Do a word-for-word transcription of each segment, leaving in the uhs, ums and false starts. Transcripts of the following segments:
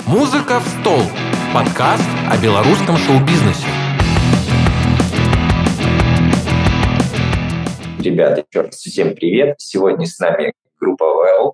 «Музыка в стол» – подкаст о белорусском шоу-бизнесе. Ребята, еще раз всем привет. Сегодня с нами группа Well,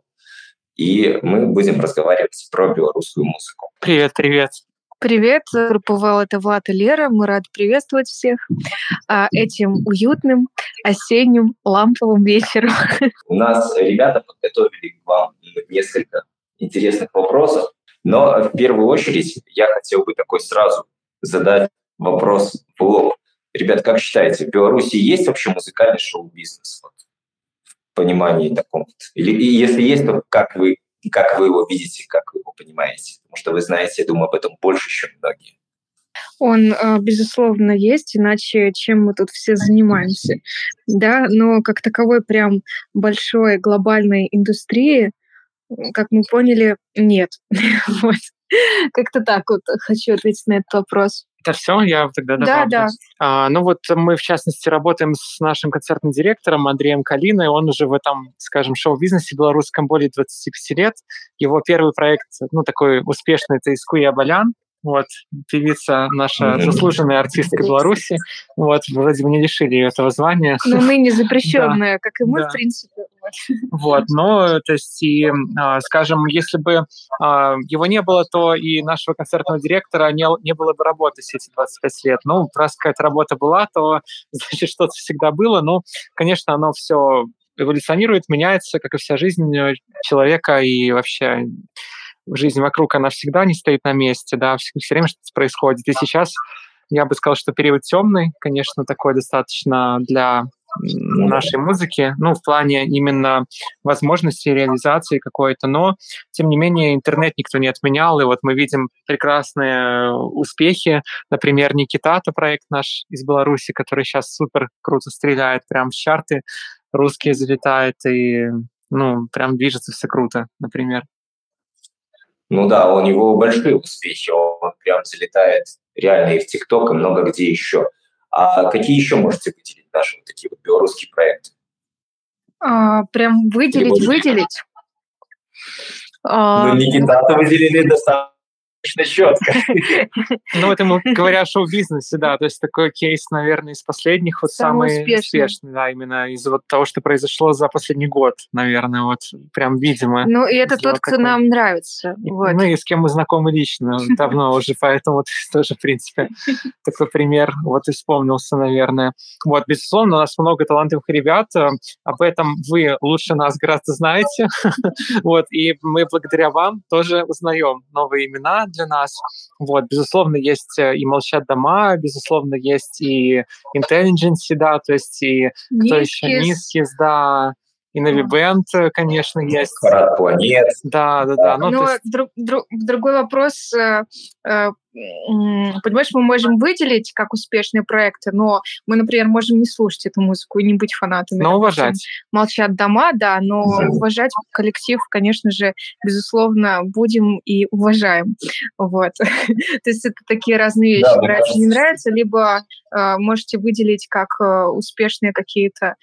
и мы будем разговаривать про белорусскую музыку. Привет, привет. Привет, группа Well — это Влад и Лера. Мы рады приветствовать всех а, этим уютным осенним ламповым вечером. У нас ребята подготовили к вам несколько интересных вопросов, но в первую очередь я хотел бы такой сразу задать вопрос в лоб. Ребят, как считаете, в Беларуси есть вообще музыкальный шоу-бизнес? Вот, в понимании таком? Или и если есть, то как вы, как вы его видите, как вы его понимаете? Потому что вы знаете, я думаю, об этом больше, чем многие. Он, безусловно, есть, иначе чем мы тут все занимаемся. Да, но как таковой прям большой глобальной индустрии, как мы поняли, нет. Вот. Как-то так вот хочу ответить на этот вопрос. Это все? Я тогда добавлю. Да, да. А, ну вот мы, в частности, работаем с нашим концертным директором Андреем Калиной. Он уже в этом, скажем, шоу-бизнесе белорусском более двадцати пяти лет. Его первый проект, ну, такой успешный, это «Искуя Балян». Вот, певица наша, mm-hmm. заслуженная артистка Беларуси. Вот, вроде бы не лишили ее этого звания. Ну, ныне запрещенная, да. как и мы, да. в принципе. Вот, но, то есть, и, скажем, если бы его не было, то и нашего концертного директора не, не было бы работы все эти двадцать пять лет. Ну, раз какая-то работа была, то, значит, что-то всегда было. Ну, конечно, оно все эволюционирует, меняется, как и вся жизнь человека, и вообще жизнь вокруг, она всегда не стоит на месте, да, все, все время что-то происходит. И сейчас я бы сказал, что период темный, конечно, такой достаточно для нашей музыки, ну, в плане именно возможности реализации какой-то, но, тем не менее, интернет никто не отменял, и вот мы видим прекрасные успехи, например, Никитата, проект наш из Беларуси, который сейчас супер круто стреляет, прям в чарты русские залетает, и, ну, прям движется все круто, например. Ну да, у него большие успехи, он прям залетает реально и в ТикТок, и много где еще. А какие еще можете выделить наши вот такие вот белорусские проекты? А, прям выделить, Или выделить? Ну, Никитата выделили достаточно четко. Ну, это мы говоря о шоу-бизнесе, да, то есть такой кейс, наверное, из последних, вот самый успешный, да, именно из-за вот того, что произошло за последний год, наверное, вот прям видимо. Ну, и это тот, кто нам нравится. Ну, и с кем мы знакомы лично давно уже, поэтому вот тоже, в принципе, такой пример вот и вспомнился, наверное. Вот, безусловно, у нас много талантливых ребят, об этом вы лучше нас гораздо знаете, вот, и мы благодаря вам тоже узнаем новые имена для нас. Вот, безусловно, есть и «Молчат дома», безусловно, есть и «Intelligence», да, то есть и Нискис. Кто еще? Нискис, да, и Навибенд, конечно, есть. Парад планет. Да, да, да. Но, ну, Но есть... друг, друг, другой вопрос. Э, э, понимаешь, мы можем выделить как успешные проекты, но мы, например, можем не слушать эту музыку и не быть фанатами. Но уважать. «Молчат дома», да, но уважать коллектив, конечно же, безусловно, будем и уважаем. Вот. То есть это такие разные вещи. Да, нравится, не нравится, либо э, можете выделить как э, успешные какие-то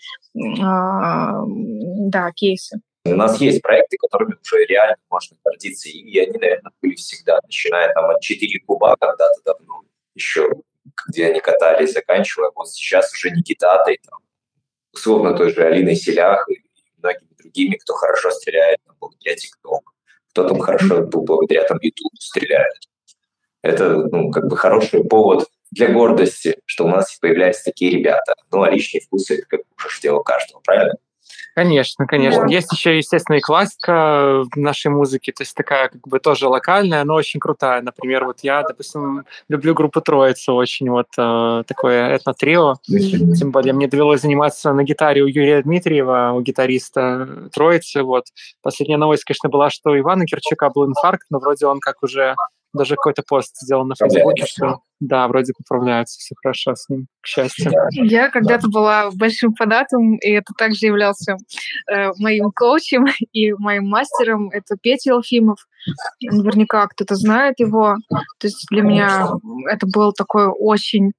э, да, кейсы. У нас есть проекты, которыми уже реально можно гордиться, и они, наверное, были всегда, начиная там от «Четыре куба» когда-то давно, еще где они катались, заканчивая вот сейчас уже Никитатой, там, условно той же Алиной Селях и многими другими, кто хорошо стреляет там, благодаря ТикТок, кто там хорошо благодаря там YouTube стреляет. Это, ну, как бы хороший повод для гордости, что у нас появляются такие ребята. Ну, а личные вкусы — это как бы уже дело каждого, правильно? Конечно, конечно. Да. Есть еще, естественно, и классика в нашей музыке, то есть такая как бы тоже локальная, но очень крутая. Например, вот я, допустим, люблю группу «Троица» очень, вот э, такое этно-трио. Mm-hmm. Тем более мне довелось заниматься на гитаре у Юрия Дмитриева, у гитариста «Троицы». Вот. Последняя новость, конечно, была, что у Ивана Кирчука был инфаркт, но вроде он как уже даже какой-то пост сделал на Фейсбуке, что да, вроде поправляется, все хорошо с ним, к счастью. Я когда-то была большим фанатом, и это также являлся э, моим коучем и моим мастером. Это Петя Елфимов. Наверняка кто-то знает его. То есть для меня это был такой очень...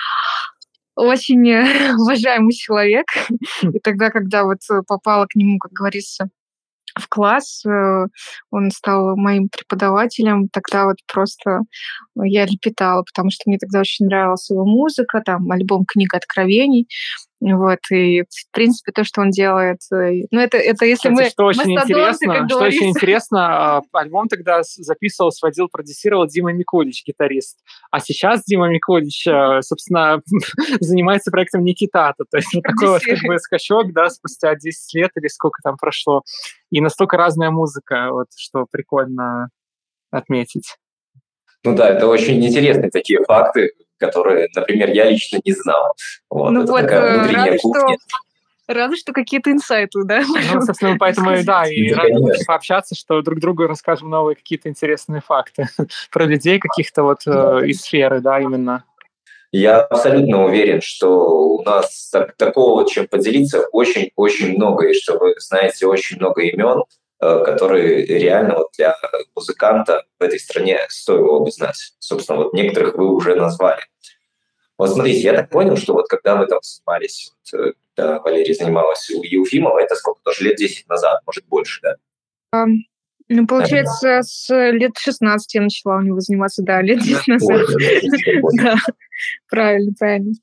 очень уважаемый человек. И тогда, когда вот попала к нему, как говорится, в класс, э, он стал моим преподавателем. Тогда вот просто я лепетала, потому что мне тогда очень нравилась его музыка, там альбом «Книга откровений». Вот, и, в принципе, то, что он делает, э, ну, это, это если Кстати, мы что очень мастодонты, как интересно, что очень говорится. интересно, а, альбом тогда с- записывал, сводил, продюсировал Дима Микулич, гитарист. А сейчас Дима Микулич, э, собственно, занимается проектом Никитата. То есть вот такой вот как бы Продюсирует. скачок, да, спустя десять лет или сколько там прошло. И настолько разная музыка, вот что прикольно отметить. Ну да, это очень интересные такие факты, которые, например, я лично не знал. Вот, Ну это вот, такая э, внутренняя рада, что кухня. рада, что какие-то инсайты, да, Ну, можем собственно, мы поэтому и да, рассказать. и Да, рады будем конечно, пообщаться, что друг другу расскажем новые какие-то интересные факты про людей каких-то вот э, да. из сферы, да, именно. Я абсолютно уверен, что у нас так- такого, вот, чем поделиться, очень-очень много, и что вы знаете очень много имен, э, которые реально вот для музыканта в этой стране стоило бы знать. Собственно, вот некоторых вы уже назвали. Вот смотрите, я так понял, что вот когда вы там занимались, вот, э, когда Валерия занималась у Ефимова, это сколько, тоже лет десять назад, может больше, да? Ну, Наверное. получается, с лет шестнадцати я начала у него заниматься, да, лет Да. десять назад. Ой, это даже чуть больше. Да, правильно, правильно.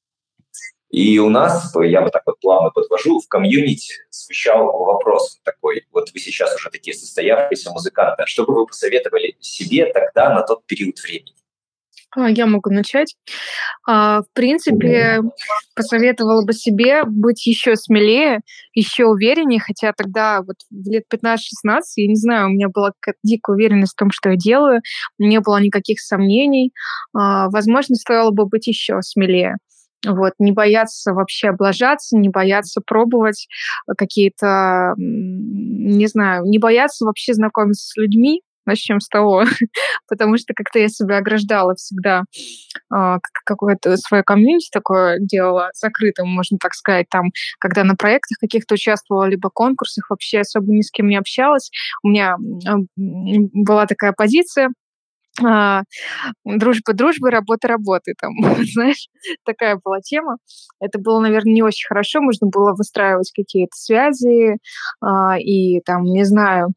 И у нас, я вот так вот плавно подвожу, в комьюнити звучал вопрос такой, вот вы сейчас уже такие состоявшиеся музыканты, а что бы вы посоветовали себе тогда на тот период времени? А, Я могу начать. А, В Мгм. принципе, посоветовала бы себе быть еще смелее, еще увереннее, хотя тогда вот в лет пятнадцать-шестнадцать, я не знаю, у меня была какая-то дикая уверенность в том, что я делаю, не было никаких сомнений. А, Возможно, стоило бы быть еще смелее. Вот, не бояться вообще облажаться, не бояться пробовать э, какие-то, м, не знаю, не бояться вообще знакомиться с людьми. Начнем с того, потому что как-то я себя ограждала всегда, а, к- какое-то свое комьюнити такое делала закрытым, можно так сказать, там, когда на проектах каких-то участвовала, либо конкурсах, вообще особо ни с кем не общалась. У меня м, м, была такая позиция, а, дружба дружбы, работа работы, там, знаешь, такая была тема. Это было, наверное, не очень хорошо, нужно было выстраивать какие-то связи, а, и там, не знаю,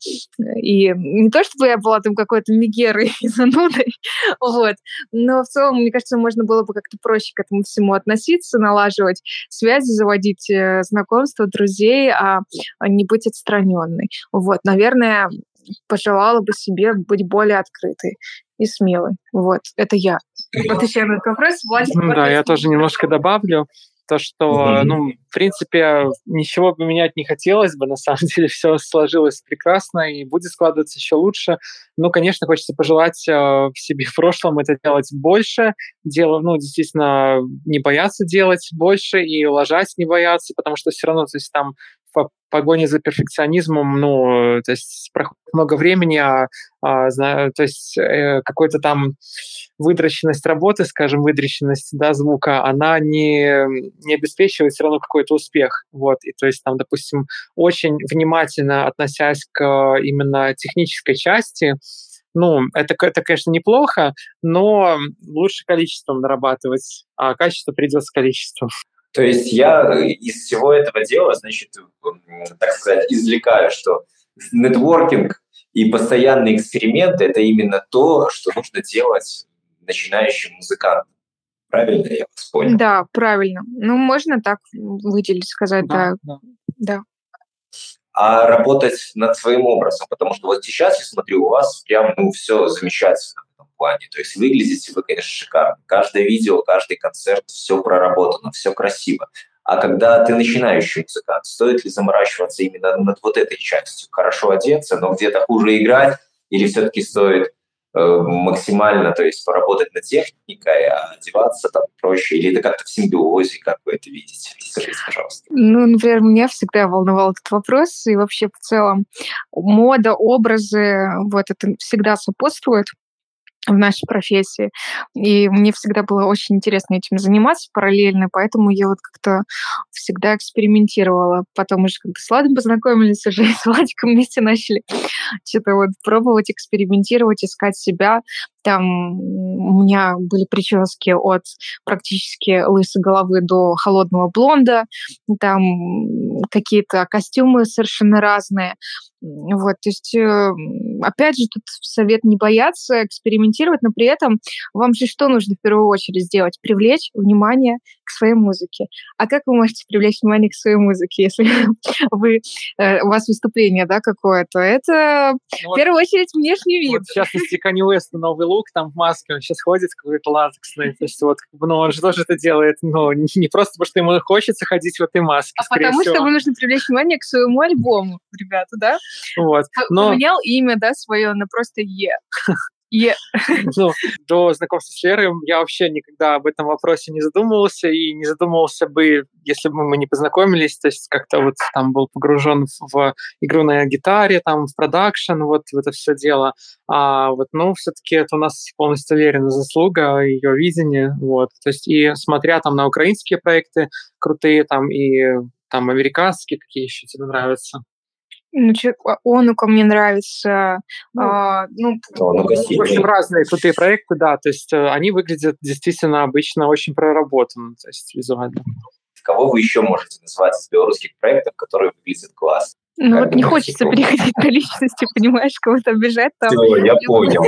и не то чтобы я была там какой-то мегерой и занудой, вот, но в целом, мне кажется, можно было бы как-то проще к этому всему относиться, налаживать связи, заводить э, знакомства, друзей, а а не быть отстраненной. Вот, наверное, пожелала бы себе быть более открытой и смелой. Вот, это я. Отвечаю на этот вопрос. Владик, Ну да, я соответственно, тоже немножко добавлю то, что, Мгм. ну, в принципе, ничего поменять не хотелось бы, на самом деле все сложилось прекрасно и будет складываться еще лучше. Ну, конечно, хочется пожелать э, себе в прошлом это делать больше, дело, ну, действительно, не бояться делать больше и лажать не бояться, потому что все равно, то есть там в погоне за перфекционизмом, ну, э, то есть проходит много времени, а, а, знаю, то есть э, какой-то там выдроченность работы, скажем, выдроченность, да, звука, она не, не обеспечивает все равно какой-то успех. Вот. И то есть там, допустим, очень внимательно относясь к э, именно технической части, ну, это, к- это, конечно, неплохо, но лучше количеством нарабатывать, а качество придет с количеством. То есть я э, из всего этого дела, значит, м, так сказать, извлекаю, что нетворкинг и постоянные эксперименты – это именно то, что нужно делать начинающим музыкантам. Правильно я вас понял? да, правильно. Ну, можно так выделить, сказать, Да, да, да. да. А работать над своим образом, потому что вот сейчас я смотрю, у вас прям, ну, все замечательно в этом плане. То есть выглядите вы, конечно, шикарно. Каждое видео, каждый концерт, все проработано, все красиво. А когда ты начинающий музыкант, стоит ли заморачиваться именно над вот этой частью? Хорошо одеться, но где-то хуже играть? Или все-таки стоит э, максимально, то есть поработать над техникой, а одеваться там проще? Или это как-то в симбиозе, как вы это видите? Скажите, пожалуйста. Ну, например, меня всегда волновал этот вопрос, и вообще в целом мода, образы, вот это всегда сопутствует в нашей профессии. И мне всегда было очень интересно этим заниматься параллельно, поэтому я вот как-то всегда экспериментировала. Потом уже когда с Владом познакомились, уже и с Владиком вместе начали что-то вот пробовать, экспериментировать, искать себя. Там у меня были прически от практически лысой головы до холодного блонда, там какие-то костюмы совершенно разные. Вот, то есть, э, опять же, тут совет не бояться экспериментировать, но при этом вам же что нужно в первую очередь сделать? Привлечь внимание к своей музыке. А как вы можете привлечь внимание к своей музыке, если вы, э, у вас выступление, да, какое-то? Это Ну в первую очередь внешний вид. Вот, в частности, Канье Уэста новый лук, там в маске, он сейчас ходит какой-то латексный, то есть вот, ну, он же тоже это делает, ну, не просто потому, что ему хочется ходить в этой маске, А скорее потому всего. что вам нужно привлечь внимание к своему альбому, ребята, да? Вот, П- но... Поменял имя, да, свое на просто Е. Е. Ну, до знакомства с Лерой я вообще никогда об этом вопросе не задумывался, и не задумывался бы, если бы мы не познакомились, то есть как-то вот там был погружен в, в игру на гитаре, там, в продакшн, вот в это все дело. А вот, ну, все-таки это у нас полностью Лерина заслуга, ее видение, вот. То есть и смотря там на украинские проекты крутые, там, и там американские, какие еще тебе нравятся? Ну, чё, а, Онука мне нравится. Ну, а, ну, Ну, В общем, разные крутые проекты, да, то есть э, они выглядят действительно обычно очень проработанно, то есть визуально. Кого вы еще можете назвать из белорусских проектов, которые выглядят классно? ну Как вот не думаете, хочется кто? переходить на личности, понимаешь, кого-то обижать там. Всё, я понял.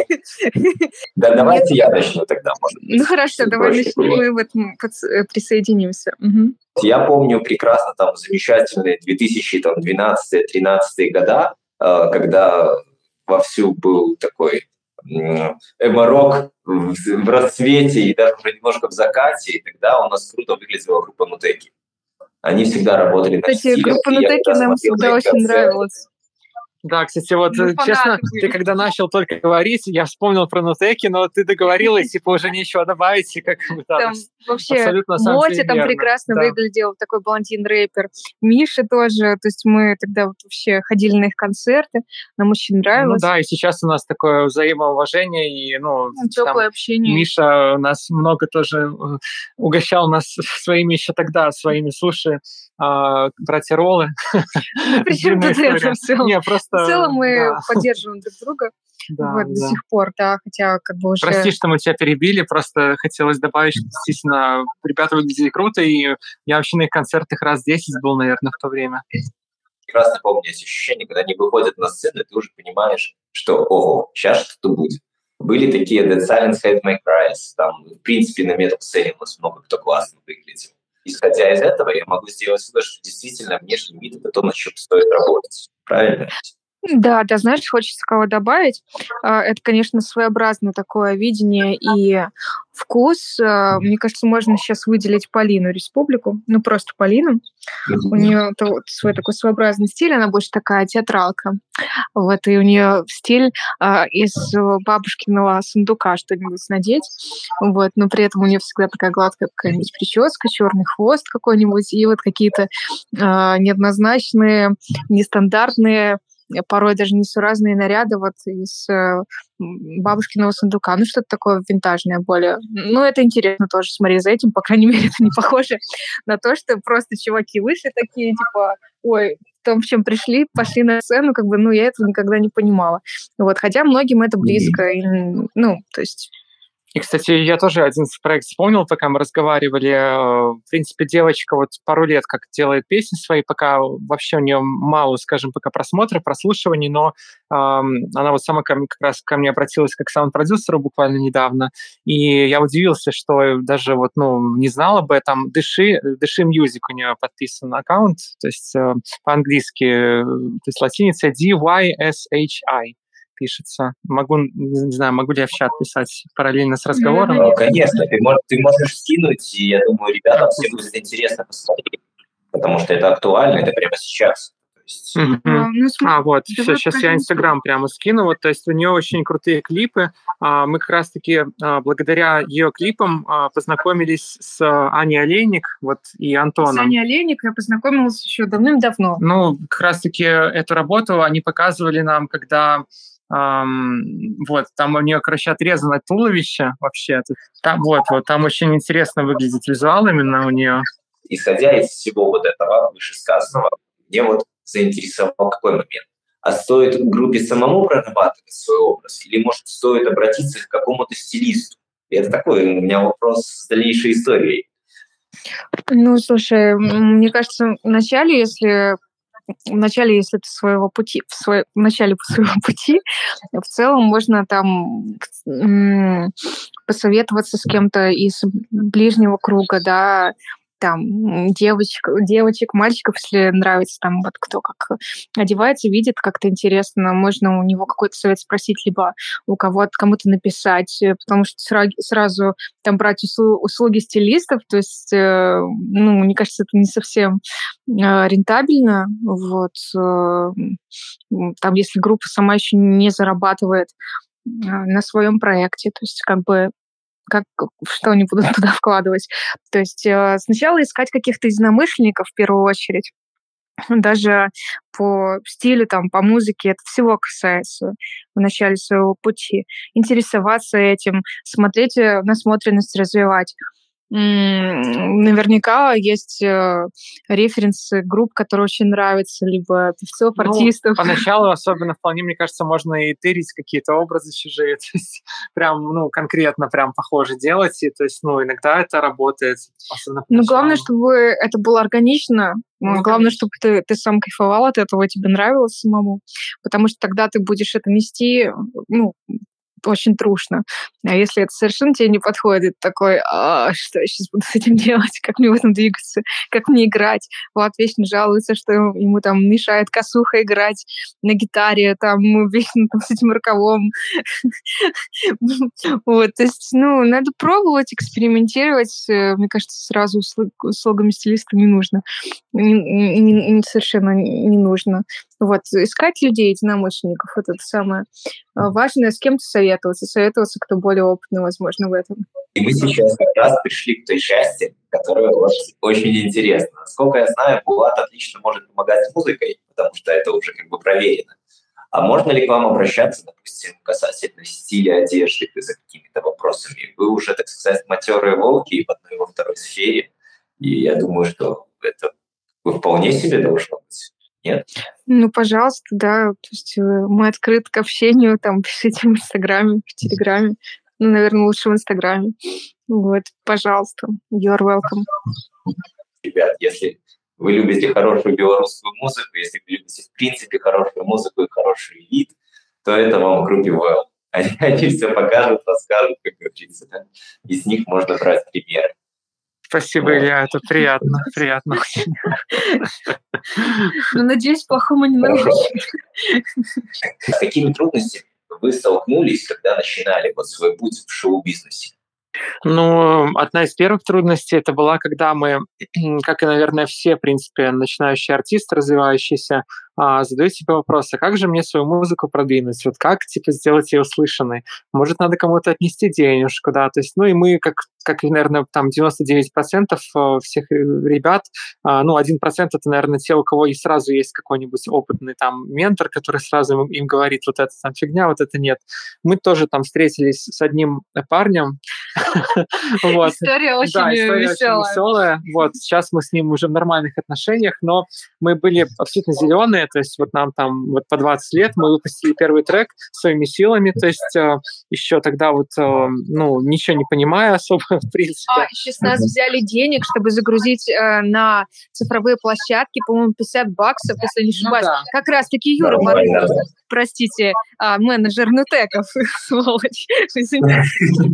Да, Нет. давайте я начну тогда, может быть. Ну хорошо, чтобы давай проще начнем, было. мы вот м, подс- э, присоединимся. Мгм. Я помню прекрасно там замечательные две тысячи двенадцатый-тринадцатый года, э, когда вовсю был такой м, эмо-рок в, в расцвете и даже уже немножко в закате, и тогда у нас круто выглядела группа Нутеки. Они всегда работали над Кстати, стилем, группа и я Нутеки когда нам смотрел на всегда их очень концерты, нравилась. Да, кстати, вот Мы э, честно, фанаты ты были. когда начал только говорить, я вспомнил про Нутеки, но ты договорила, и типа уже нечего добавить, и как бы да, то Там есть вообще абсолютно на самом Мотя деле там верно. прекрасно Да. выглядел, такой блондин-рэпер. Миша тоже, то есть мы тогда вот вообще ходили на их концерты, нам очень Ну нравилось. да, и сейчас у нас такое взаимоуважение, и, ну, Ну, там Теплое общение. Миша нас много тоже э, угощал нас своими еще тогда, своими суши, а, братья Роллы. Причем Длинная тут это история. в целом? Не, В просто, целом мы да, поддерживаем друг друга да, вот, до да. сих пор, да, хотя как бы уже... Прости, что мы тебя перебили, просто хотелось добавить, что действительно ребята выглядели круто, и я вообще на их концертах раз десять был, наверное, в то время. прекрасно помню эти ощущения, когда они выходят на сцену, и ты уже понимаешь, что ого, сейчас что-то будет. Были такие Dead Silence, Hate My Cries, там, в принципе, на метал-сцене у нас много кто классно выглядел. Исходя из этого, я могу сделать вывод, что действительно внешний вид – это то, над чем стоит работать. Правильно? Да, да, знаешь, хочется кого добавить. А, Это, конечно, своеобразное такое видение и вкус. А, Мне кажется, можно сейчас выделить Полину Республику, ну просто Полину. У нее свой такой своеобразный стиль, она больше такая театралка. Вот, и у нее стиль а, из э, бабушкиного сундука что-нибудь надеть. Вот, но при этом у нее всегда такая гладкая какая-нибудь прическа, черный хвост какой-нибудь, и вот какие-то а, неоднозначные, нестандартные, э, порой даже несуразные наряды вот из э, м, бабушкиного сундука. Ну, что-то такое винтажное более. Ну, это интересно тоже смотреть за этим. По крайней мере, это не похоже на то, что просто чуваки вышли такие, типа, ой, в том, в чем пришли, пошли на сцену, как бы, ну, я этого никогда не понимала. Вот, хотя многим это близко, и, м, ну, то есть... И, кстати, я тоже один проект вспомнил, пока мы разговаривали. Э, В принципе, девочка вот пару лет как делает песни свои, пока вообще у нее мало, скажем, пока просмотров, прослушиваний, но ам, она вот сама ко мне- как раз ко мне обратилась как саунд-продюсеру буквально недавно, и я удивился, что даже вот, ну, не знал об этом. Дыши, Дыши Music у нее подписан аккаунт, то есть э, по-английски, э, то есть латиница ди уай эс эйч ай пишется. Могу, не не знаю, могу ли я в чат писать параллельно с разговором? Ну, конечно, ты можешь, ты можешь скинуть, и я думаю, ребятам всем будет интересно посмотреть, потому что это актуально, это прямо сейчас. То есть, Мгм. А, ну, см- А, вот, давай сейчас я покажем. Инстаграм прямо скину. Вот, то есть у нее очень крутые клипы. А, Мы как раз-таки а, благодаря ее клипам а, познакомились с а, Аней Олейник вот, и С Антоном. Аней Олейник я познакомилась еще давным-давно. Ну, как раз-таки эту работу они показывали нам, когда ам, вот, там у нее, короче, отрезано туловище вообще. Там, вот, вот, там очень интересно выглядит визуал именно у нее. исходя из всего вот этого вышесказанного, мне вот заинтересовал какой момент. А стоит группе самому прорабатывать свой образ? Или, может, стоит обратиться к какому-то стилисту? И это такой у меня вопрос с дальнейшей историей. Ну, слушай, мне кажется, вначале, если в начале, если ты своего пути, в, свой, в начале своего пути, в целом можно там м- посоветоваться с кем-то из ближнего круга, да, там девочек, девочек, мальчиков, если нравится там вот кто как одевается, видит, как-то интересно, можно у него какой-то совет спросить, либо у кого-то кому-то написать, потому что сразу, сразу там брать услу- услуги стилистов, то есть, э, ну, мне кажется, это не совсем э, рентабельно, вот, э, там, если группа сама еще не зарабатывает э, на своем проекте, то есть, как бы как, что они будут туда вкладывать. То есть э, сначала искать каких-то единомышленников в первую очередь, даже по стилю, там, по музыке, это всего касается в начале своего пути. Интересоваться этим, смотреть, э, насмотренность развивать. М, Наверняка есть э, референсы групп, которые очень нравятся, либо певцов, Ну, артистов. поначалу особенно вполне, мне кажется, можно и тырить какие-то образы чужие, то есть прям, ну, конкретно прям похоже делать, и то есть, ну, иногда это работает, особенно Но главное, поначалу. чтобы это было органично. Ну, Главное, конечно. чтобы ты, ты сам кайфовал от этого, тебе нравилось самому. Потому что тогда ты будешь это нести, ну, очень трушно. А если это совершенно тебе не подходит, ты такой, а, что я сейчас буду с этим делать, как мне в этом двигаться, как мне играть. Влад вечно жалуется, что ему там мешает косуха играть на гитаре, там вечно там, с этим рукавом. Вот, то есть, ну, надо пробовать, экспериментировать. Э, Мне кажется, сразу с лог- слогами стилиста не нужно. Не- не- не- Совершенно не нужно. Вот, искать людей, единомышленников, это самое а, важное, с кем-то советоваться. Советоваться, кто более опытный, возможно, в этом. И мы сейчас как раз пришли к той части, которая вот очень интересна. Насколько я знаю, Булат отлично может помогать с музыкой, потому что это уже как бы проверено. А можно ли к вам обращаться, допустим, касательно стиля одежды за какими-то вопросами? Вы уже, так сказать, матерые волки и в одной и во второй сфере. И я думаю, что это вполне себе должно быть. Нет? Ну, пожалуйста, да. То есть э, мы открыты к общению, там, пишите в Инстаграме, в Телеграме. Ну, наверное, лучше в Инстаграме. Вот, пожалуйста, you're welcome. Ребят, если вы любите хорошую белорусскую музыку, если вы любите, в принципе, хорошую музыку и хороший вид, то это вам в группе Well. Они, они все покажут, расскажут, как говорится, да? И с них можно брать пример. Спасибо, Вот. Илья, это приятно, приятно очень. Ну, надеюсь, плохому не научу. С какими трудностями вы столкнулись, когда начинали вот свой путь в шоу-бизнесе? Ну, одна из первых трудностей это была, когда мы, как и, наверное, все, в принципе, начинающие артисты, развивающиеся, а, задают себе вопрос, а как же мне свою музыку продвинуть? Вот как, типа, сделать ее услышанной? Может, надо кому-то отнести денежку, да? То есть, ну, и мы, как, как и, наверное, там девяносто девять процентов э, всех э, ребят, а, ну, один процент это, наверное, те, у кого и сразу есть какой-нибудь опытный там ментор, который сразу им, им говорит, вот это там фигня, вот это нет. Мы тоже там встретились с одним парнем. Вот. История очень Да, история очень веселая. веселая. Вот, сейчас мы с ним уже в нормальных отношениях, но мы были абсолютно зеленые, то есть вот нам там вот по двадцать лет, мы выпустили первый трек своими силами, то есть э, еще тогда вот, э, ну, ничего не понимая особо, в принципе. А, еще с нас взяли денег, чтобы загрузить э, на цифровые площадки, по-моему, пятьдесят баксов, если не Ну ошибаюсь. да. Как раз-таки Юра, Нормально, Бар- да. простите, а, менеджер Нутеков, сволочь, извините.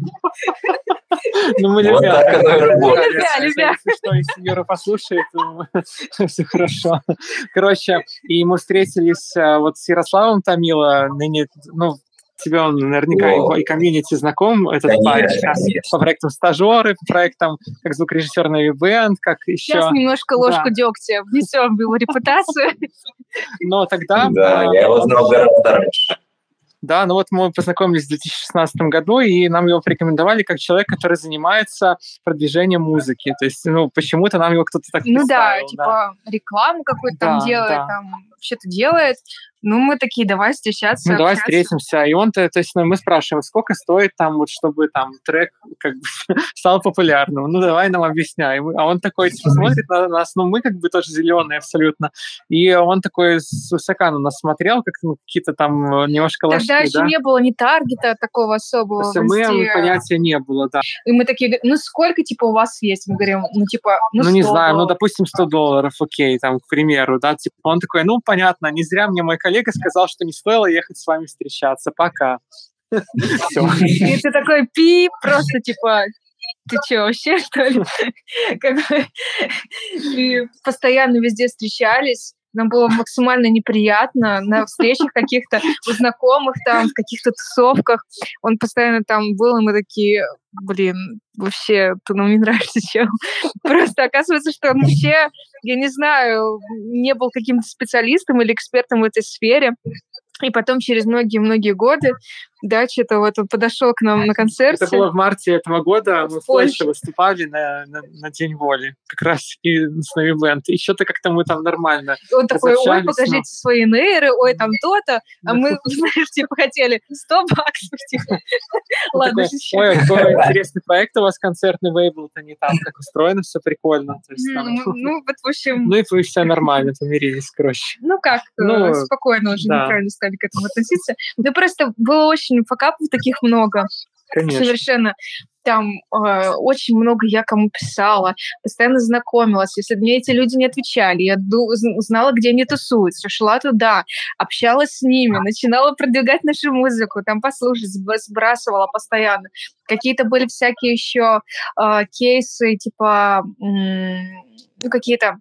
Ну, мы Вот любя, так оно и работает. Любя, если, любя. если что, если Юра послушает, то все хорошо. Короче, и мы встретились э, вот с Ярославом Томило, ныне, ну, тебе он наверняка О. и, и комьюнити знаком, этот Конечно, парень сейчас конечно. по проектам «Стажеры», по проектам как звукорежиссер на Вибенд, как еще. Сейчас немножко ложку Да. дегтя внесем в его репутацию. Но тогда... Да, э, я его он знал еще- гораздо раньше. Да, ну вот мы познакомились в две тысячи шестнадцатом году, и нам его порекомендовали как человек, который занимается продвижением музыки. То есть, ну, почему-то нам его кто-то так Ну да, представил. типа рекламу какую-то там Да, делает, да. там что-то делает. Ну, мы такие, давай встречаться, Ну, давай общаться. встретимся. И он-то, то есть, ну, мы спрашиваем, сколько стоит там, вот, чтобы там трек как бы стал популярным. Ну, давай нам объясняй. А он такой, типа, смотрит на нас, ну, мы как бы тоже зеленые абсолютно. И он такой свысока на нас смотрел, как ну, какие-то там немножко ложки, Тогда еще да? не было ни таргета такого особого То в есть мы инсте. понятия не было, да. И мы такие, говорим, ну, сколько, типа, у вас есть? Мы говорим, ну, типа, ну, Ну, не сто знаю, ну, долларов. допустим, сто долларов, окей, там, к примеру, да, типа, он такой, ну, понятно, не зря мне мой коллега сказал, что не стоило ехать с вами встречаться, пока. Все. И ты такой, пи, просто, типа, ты что, вообще, что ли? Как бы, и постоянно везде встречались. Нам было максимально неприятно на встречах каких-то у знакомых, там, в каких-то тусовках. Он постоянно там был, и мы такие, блин, вообще, ты нам не нравишься, чел. Просто оказывается, что он вообще, я не знаю, не был каким-то специалистом или экспертом в этой сфере. И потом через многие-многие годы, да, что-то вот он подошел к нам на концерте. Это было в марте этого года, мы в Польше. Польше выступали на, на, на День воли, как раз-таки с Нови Бенд. И что-то как-то мы там нормально Он такой, ой, разобщались, покажите но- свои нейры, ой, там то-то. А мы, знаешь, типа, хотели сто баксов, типа. Он Ладно, такой, шучу. ой, какой интересный проект у вас, концертный лейбл-то не там, как устроено, все прикольно. То есть, там, Ну, ну, вот, в общем, ну и вы все нормально, помирились, короче. ну как, э, Ну, спокойно уже, да. неправильно стали к этому относиться. Да просто было очень факапов таких много. Конечно. Совершенно. Там э, очень много я кому писала, постоянно знакомилась. Если мне эти люди не отвечали, я ду- з- знала, где они тусуются, шла туда, общалась с ними, начинала продвигать нашу музыку, там послушать, сб- сбрасывала постоянно. Какие-то были всякие еще э, кейсы, типа, м, ну, какие-то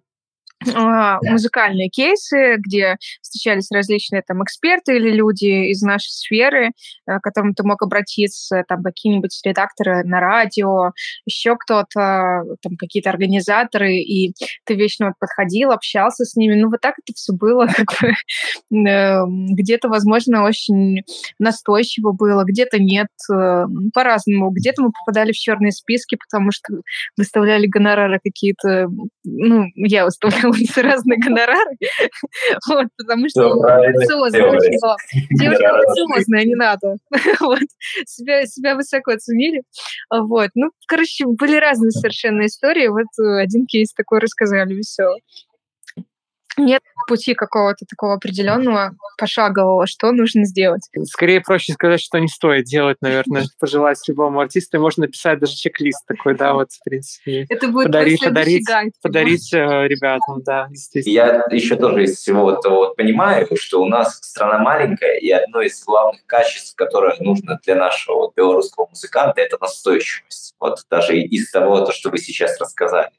а, музыкальные кейсы, где встречались различные там эксперты или люди из нашей сферы, э, к которым ты мог обратиться, там какие-нибудь редакторы на радио, еще кто-то, там какие-то организаторы, и ты вечно вот подходил, общался с ними. Ну, вот так это все было, как бы, э, где-то, возможно, очень настойчиво было, где-то нет, э, по-разному. Где-то мы попадали в черные списки, потому что выставляли гонорары какие-то, ну, я выставляла разные гонорары, вот, потому что Всё правильно амбициозно делаете. очень была. Девушка Гонорары. амбициозная, не надо. Вот. Себя, себя высоко оценили. Вот. Ну, короче, были разные совершенно истории. Вот э, один кейс такой рассказали веселый. Нет пути какого-то такого определенного, пошагового, что нужно сделать. Скорее проще сказать, что не стоит делать, наверное, пожелать любому артисту. И можно написать даже чек-лист такой, да, вот, в принципе. Это будет Подарить, твой следующий подарить, гайд. подарить э, ребятам, да, действительно. Я еще тоже из всего этого вот понимаю, что у нас страна маленькая, и одно из главных качеств, которое нужно для нашего вот белорусского музыканта, это настойчивость. Вот даже из того, то, что вы сейчас рассказали.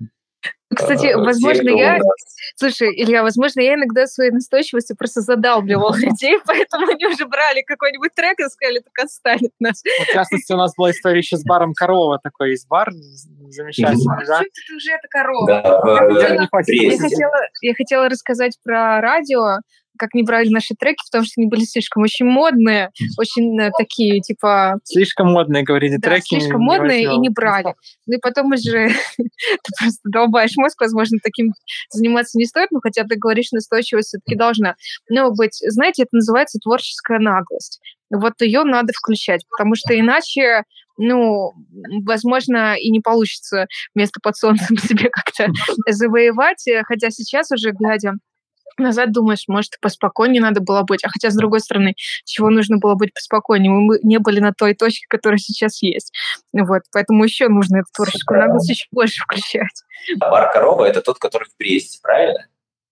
Кстати, Э, те, возможно, кто у я... нас- Слушай, Илья, возможно, я иногда своей настойчивостью просто задалбливала людей, поэтому они уже брали какой-нибудь трек и сказали, так отстань от нас. Вот, в частности, у нас была история еще с баром «Корова». Такой есть бар замечательный, да? Что это уже это корова? Да, в, Я э, Я не хочу Бресте. Я хотела, я хотела рассказать про радио, как не брали наши треки, потому что они были слишком очень модные, очень э, такие, типа, Слишком модные, говорили, да, треки. слишком не модные и возьмем. не брали. Ну и потом уже ты просто долбаешь мозг, возможно, таким заниматься не стоит, но хотя ты говоришь, настойчивость все-таки должна. Но быть, знаете, это называется творческая наглость. Вот ее надо включать, потому что иначе, ну, возможно, и не получится место под солнцем себе как-то завоевать, э, хотя сейчас уже, глядя назад, думаешь, может, поспокойнее надо было быть. А хотя, с другой стороны, чего нужно было быть поспокойнее? Мы не были на той точке, которая сейчас есть. Вот, поэтому еще нужно эту творческую наглость еще больше включать. А бар «Корова» — это тот, который в Бресте, правильно?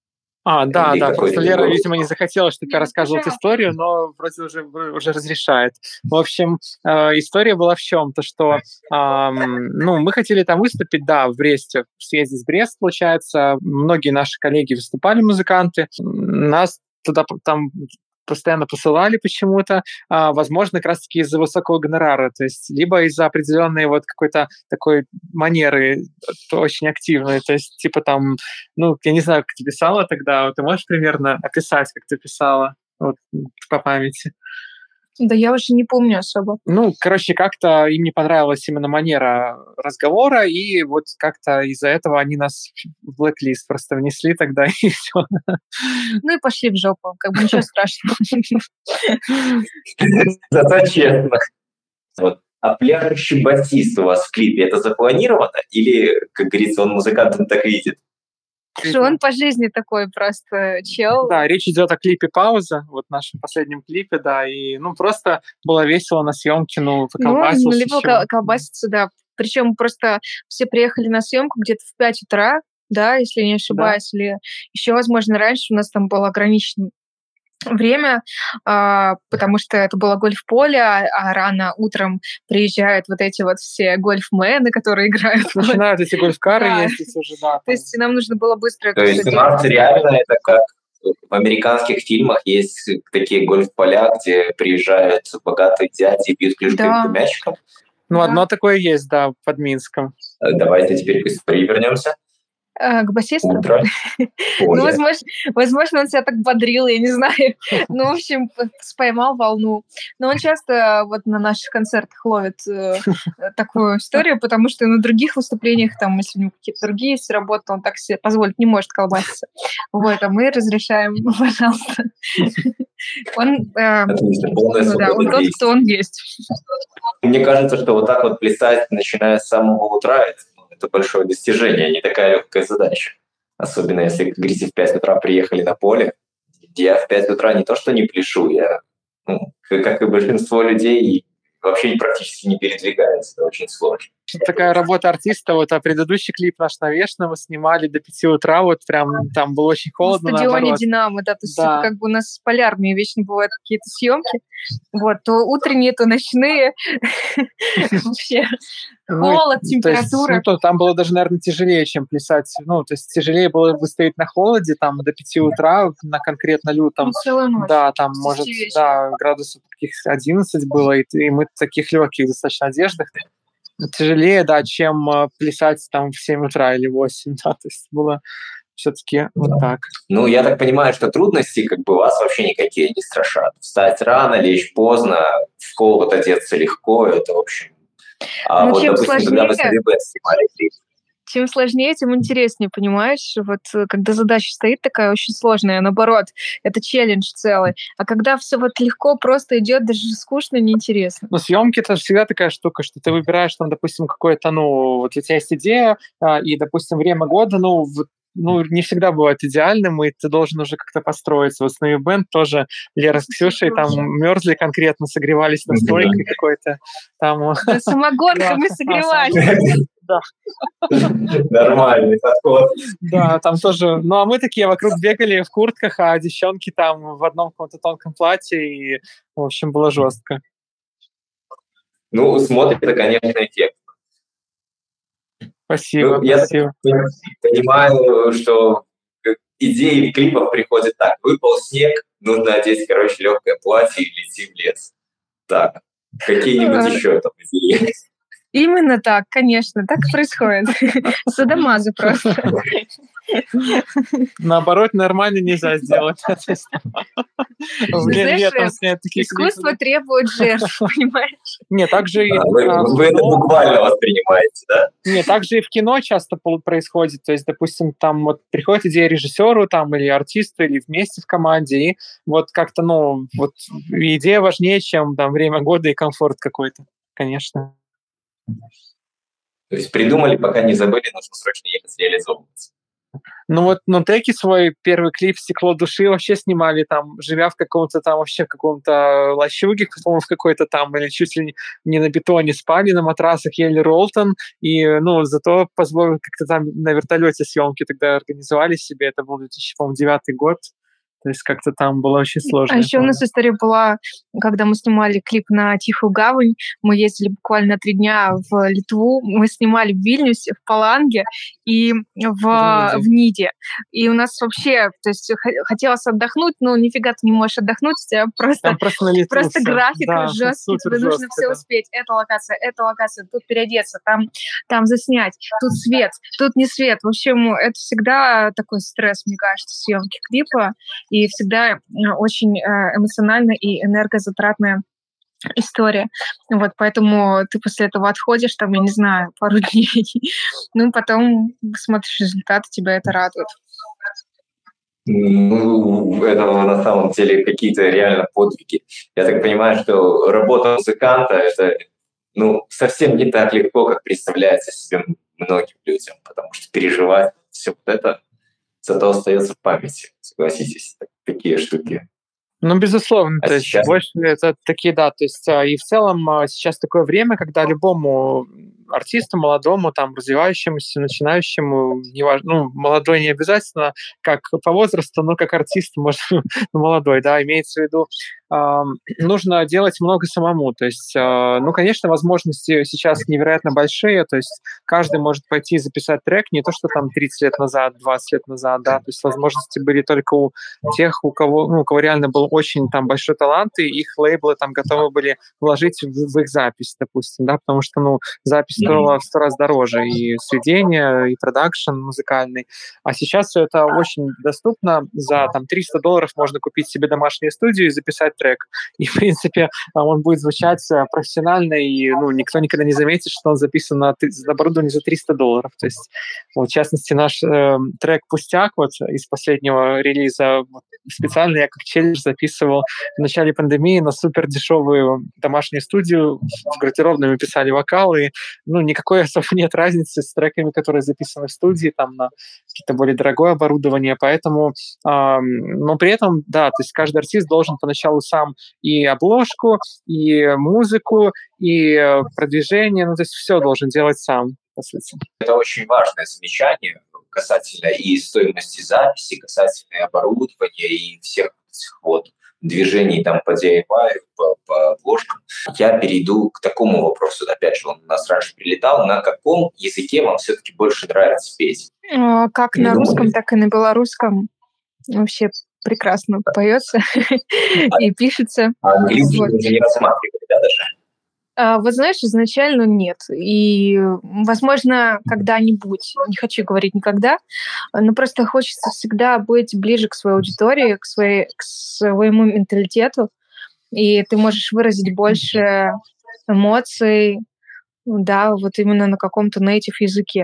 А, да, Или да, какой-то просто Лера, другой. видимо, не захотела, чтобы я Ну, рассказывал эту пожалуйста. историю, но вроде уже, уже разрешает. В общем, э, история была в чем? То, что ам, ну, мы хотели там выступить, да, в Бресте, в съезде с Брест, получается. Многие наши коллеги выступали, музыканты. Нас туда п- там постоянно посылали почему-то, а, возможно, как раз-таки из-за высокого гонорара, то есть либо из-за определенной вот какой-то такой манеры э, очень активной, то есть типа там, ну, я не знаю, как ты писала тогда, вот ты можешь примерно описать, как ты писала, вот, по памяти? Да я уже не помню особо. Ну, короче, как-то им не понравилась именно манера разговора, и вот как-то из-за этого они нас в блэк-лист просто внесли тогда, и все. Ну и пошли в жопу, как бы ничего страшного. Зато честно. Вот. А пляшущий басист у вас в клипе, это запланировано? Или, как говорится, он музыкантом так видит? Что он по жизни такой просто чел. Да, речь идет о клипе «Пауза», вот в нашем последнем клипе, да, и, ну, просто было весело на съемке, ну, поколбасился. Ну, любил кол- колбаситься, да. Причем просто все приехали на съемку где-то в пять утра, да, если не ошибаюсь, да. Или еще, возможно, раньше у нас там был ограничен время, а, потому что это было гольф-поле, а, а рано утром приезжают вот эти вот все гольфмены, которые играют. Начинают эти гольф-кары да. ездить уже, да. Там. То есть нам нужно было быстро... То есть у нас реально это как в американских фильмах есть такие гольф-поля, где приезжают богатые дяди и бьют клюшкой да. по мячикам? Ну, да. одно такое есть, да, под Минском. Давайте теперь к истории вернемся. К басисту? Утро. Ну, возможно, возможно, он себя так бодрил, я не знаю. Ну, в общем, поймал волну. Но он часто вот на наших концертах ловит э, такую историю, потому что на других выступлениях, там, если у него какие-то другие есть работы, он так себе позволить не может колбаситься. Вот, а мы разрешаем, пожалуйста. Он, э, ну, да, он тот, кто он есть. Мне кажется, что вот так вот плясать, начиная с самого утра, это это большое достижение, не такая легкая задача. Особенно если, как говорите, в пять утра приехали на поле. Я в пять утра не то что не пляшу, я, ну, как и большинство людей, вообще практически не передвигаюсь. Это очень сложно. Такая работа артиста. Вот а предыдущий клип наш на Вечном мы снимали до пяти утра. Вот прям там было очень холодно. На стадионе наоборот. «Динамо», да. То есть да. Как бы у нас полярные вечно бывают какие-то съемки. Вот, то утренние, то ночные. Вообще холод, температура. Ну, там было даже, наверное, тяжелее, чем плясать. Ну, то есть тяжелее было выстоять на холоде, там, до пяти утра, на конкретно лютом. Ну, целую ночь. Да, там, может, да, градусов таких одиннадцать было, и мы в таких легких достаточно одеждах. Тяжелее, да, чем плясать там в семь утра или восемь, да, то есть было все-таки вот так. Ну, я так понимаю, что трудности как бы вас вообще никакие не страшат. Встать рано, лечь поздно, в холод одеться легко, это, в общем... А ну, вот, чем допустим, сложнее, когда вы с Ливен снимали клип, чем сложнее, тем интереснее, понимаешь? Вот когда задача стоит такая очень сложная, наоборот, это челлендж целый. А когда все вот легко просто идет, даже скучно, неинтересно. Ну, съемки это всегда такая штука, что ты выбираешь там, допустим, какое-то, ну, вот у тебя есть идея, и, допустим, время года, ну, вот, ну, не всегда бывает идеальным, и ты должен уже как-то построиться. Вот с Нови Бенд тоже Лера с Ксюшей там мерзли конкретно, согревались на стойке какой-то. Там... Да, самогонка мы согревались. Да. Нормальный подход. Да, там тоже... Ну, а мы такие вокруг бегали в куртках, а девчонки там в одном каком-то тонком платье, и, в общем, было жестко. Ну, смотрится, конечно, эффект. Спасибо, ну, спасибо. Я понимаю, что идеи клипов приходят так. Выпал снег, нужно одеть, короче, легкое платье и летим в лес. Так, какие-нибудь еще там идеи? Именно так, конечно, так и происходит. Садомазы просто. Наоборот, нормально нельзя сделать. Искусство требует жертв, понимаешь? Не, так же и... Вы это буквально воспринимаете, да? Не, так же и в кино часто происходит. То есть, допустим, там вот приходит идея режиссеру там, или артисту, или вместе в команде, и вот как-то, ну, вот идея важнее, чем там время года и комфорт какой-то, конечно. То есть придумали, пока не забыли, нужно срочно ехать реализовываться. Ну вот, ну треки свой первый клип «Стекло души» вообще снимали там, живя в каком-то там вообще каком-то лачуге, по-моему, в какой-то там, или чуть ли не на бетоне спали, на матрасах ели роллтон, и, ну, зато позволили как-то там на вертолете съемки тогда организовали себе, это был две тысячи девятый год. То есть как-то там было очень сложно. А еще у нас история была, когда мы снимали клип на «Тихую гавань», мы ездили буквально три дня в Литву, мы снимали в Вильнюсе, в Паланге и в, в Ниде. И у нас вообще, то есть хотелось отдохнуть, но нифига ты не можешь отдохнуть, у тебя просто, просто, просто график да, жесткий, тебе нужно жестко, все да. успеть. Эта локация, эта локация, тут переодеться, там, там заснять, тут свет, тут не свет. В общем, это всегда такой стресс, мне кажется, съемки клипа. И всегда очень эмоционально и энергозатратная история. Вот, поэтому ты после этого отходишь, там, я не знаю, пару дней, ну, потом смотришь результаты, тебя это радует. Ну, это на самом деле какие-то реально подвиги. Я так понимаю, что работа музыканта — это, ну, совсем не так легко, как представляется себе многим людям, потому что переживать все вот это зато остается в памяти, согласитесь, так- такие штуки. Ну, безусловно, А то есть сейчас больше это такие, да, то есть а, и в целом а, сейчас такое время, когда любому артисту, молодому, там, развивающемуся, начинающему, неважно, ну, молодой не обязательно, как по возрасту, но как артист, может, ну, молодой, да, имеется в виду, ам, нужно делать много самому, то есть, а, ну, конечно, возможности сейчас невероятно большие, то есть каждый может пойти и записать трек, не то, что там тридцать лет назад, двадцать лет назад, да, то есть возможности были только у тех, у кого, ну, у кого реально был очень там большой талант, и их лейблы там готовы были вложить в, в их запись, допустим, да, потому что, ну, запись стоила в сто раз дороже, и сведения, и продакшн музыкальный. А сейчас все это очень доступно. За там триста долларов можно купить себе домашнюю студию и записать трек. И, в принципе, он будет звучать э, профессионально, и, ну, никто никогда не заметит, что он записан на ты- оборудование за триста долларов. То есть, вот, в частности, наш э, трек «Пустяк» вот из последнего релиза, вот, специально я как челлендж записывал в начале пандемии на супер дешевую домашнюю студию. В гардеробной мы писали вокалы. Ну, никакой особо нет разницы с треками, которые записаны в студии, там, на какие-то более дорогое оборудование. Поэтому, ам, но при этом, да, то есть каждый артист должен поначалу сам и обложку, и музыку, и э, продвижение, ну, то есть все должен делать сам, по сути. это очень важное замечание касательно и стоимости записи, касательно оборудования и всех этих вот движений там по ди ай вай, по, по обложкам. Я перейду к такому вопросу. Опять же, он у нас раньше прилетал. На каком языке вам все-таки больше нравится петь? А, Как Не на русском, думали? так и на белорусском вообще прекрасно поется и пишется. А английский Вот. вы уже не рассматривали, да, даже? А, Вот знаешь, изначально нет. И, м, возможно, когда-нибудь, не хочу говорить никогда, а, но просто хочется всегда быть ближе к своей аудитории, к, своей, к своему менталитету, и ты можешь выразить больше эмоций, да, вот именно на каком-то native языке.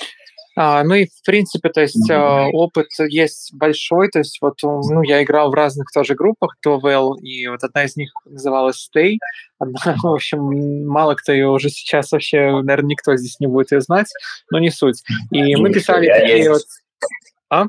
А, ну и в принципе, то есть а, опыт есть большой, то есть вот, м, ну, я играл в разных тоже группах ди о эл, и вот одна из них называлась Stay, одна, в общем, мало кто ее уже сейчас вообще, наверное, никто здесь не будет ее знать, но не суть. И мы Слушай, писали я такие вот, есть. а?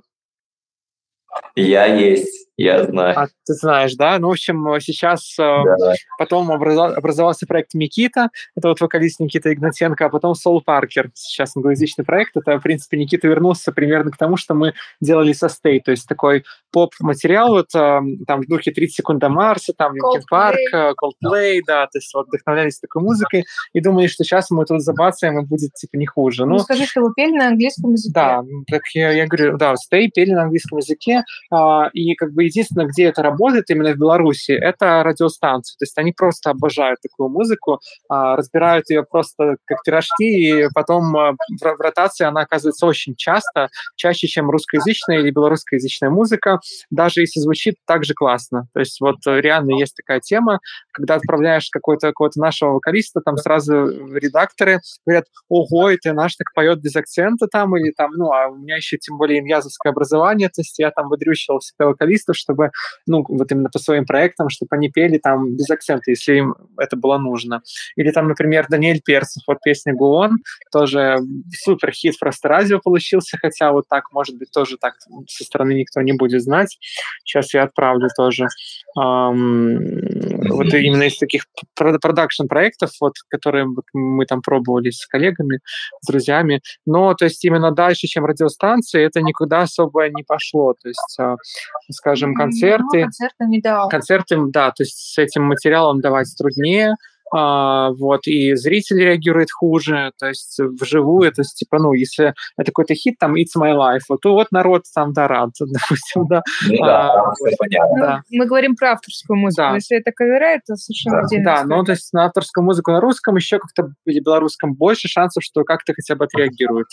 Я есть, я знаю. А, ты знаешь, да? Ну, в общем, э, сейчас э, Да. потом образа- образовался проект Микита, это вот вокалист Никита Игнатенко, а потом Сол Паркер, сейчас англоязычный проект. Это, в принципе, Никита вернулся примерно к тому, что мы делали со Stay, то есть такой поп-материал, вот э, там в духе тридцать секунд до Марса, там Линкин Парк, Coldplay. Coldplay, да, то есть вот вдохновлялись такой музыкой и думали, что сейчас мы тут забацаем и будет типа не хуже. Ну, Ну, скажи, что вы пели на английском языке. да, м, так я, я говорю, да, Stay пели на английском языке, а, и как бы единственное, где это работает именно в Беларуси, это радиостанции. То есть они просто обожают такую музыку, а, разбирают ее просто как пирожки, и потом а, в, ро- в ротации она оказывается очень часто, чаще, чем русскоязычная или белорусскоязычная музыка, даже если звучит так же классно. То есть вот э, реально есть такая тема, когда отправляешь какой-то какого-то нашего вокалиста, там сразу редакторы говорят: ого, это наш так поет без акцента там, или там, ну, а у меня еще тем более иньязовское образование, то есть я там выдрющивал всегда вокалистов, чтобы, ну, вот именно по своим проектам, чтобы они пели там без акцента, если им это было нужно. Или там, например, Даниэль Перцев, вот песня «Гуон», тоже супер хит, просто радио получился, хотя вот так, может быть, тоже так со стороны никто не будет знать. Сейчас я отправлю тоже. Ам, вот именно из таких про- продакшн-проектов, вот, которые вот мы там пробовали с коллегами, с друзьями. Но, то есть, именно дальше, чем радиостанции, это никуда особо не пошло. То есть, а, скажем, М, Ну, концерты, концертами, да. концерты, да, то есть с этим материалом давать труднее, а, вот, и зритель реагирует хуже, то есть вживую, то есть, типа, ну, если это какой-то хит, там, It's My Life, вот, то вот народ там, да, рад, допустим, да, Ну да, а, там вот, все понятно. Ну, да, мы говорим про авторскую музыку. да. Если это кавера, это совершенно Да. отдельная Да, история. ну, то есть на авторскую музыку на русском еще как-то или белорусском больше шансов, что как-то хотя бы отреагируют.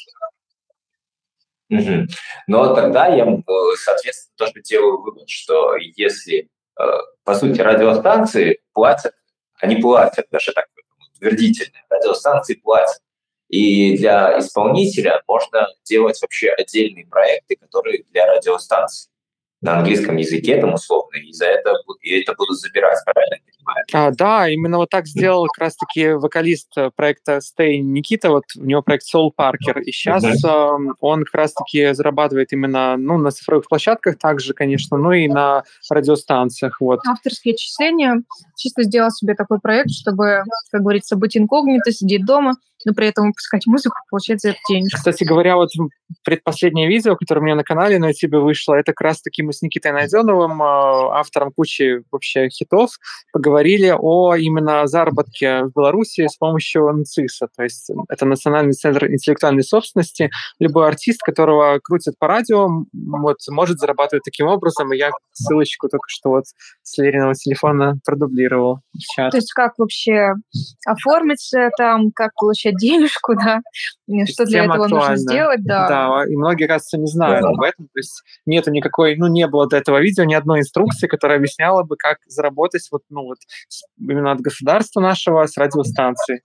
Мгм. Но тогда я, э, соответственно, тоже делаю вывод, что если, э, по сути, радиостанции платят они платят, даже так утвердительно, радиостанции платят. И для исполнителя можно делать вообще отдельные проекты, которые для радиостанций на английском языке, там условно, и за это, и это будут забирать, правильно я понимаю? А, да, именно вот так сделал как раз-таки вокалист проекта Stay Никита, вот у него проект Soul Parker, и сейчас mm-hmm. э, он как раз-таки зарабатывает именно ну, на цифровых площадках также, конечно, ну и на радиостанциях. Вот. Авторские отчисления, чисто сделал себе такой проект, чтобы, как говорится, быть инкогнито, сидеть дома, но при этом выпускать музыку, получать за это денежку. Кстати говоря, вот предпоследнее видео, которое у меня на канале на YouTube вышло, это как раз-таки мы с Никитой Найденовым, автором кучи вообще хитов, поговорили о именно заработке в Беларуси с помощью НЦИСа, то есть это Национальный центр интеллектуальной собственности. Любой артист, которого крутят по радио, вот, может зарабатывать таким образом, и я ссылочку только что вот с Лериного телефона продублировал в чат. То есть как вообще оформиться там, как получать денежку, да, что для этого актуально. Нужно сделать, да. Да, и многие, кажется, не знают об этом, то есть нету никакой, ну, не было до этого видео ни одной инструкции, которая объясняла бы, как заработать вот, ну, вот именно от государства нашего с радиостанции.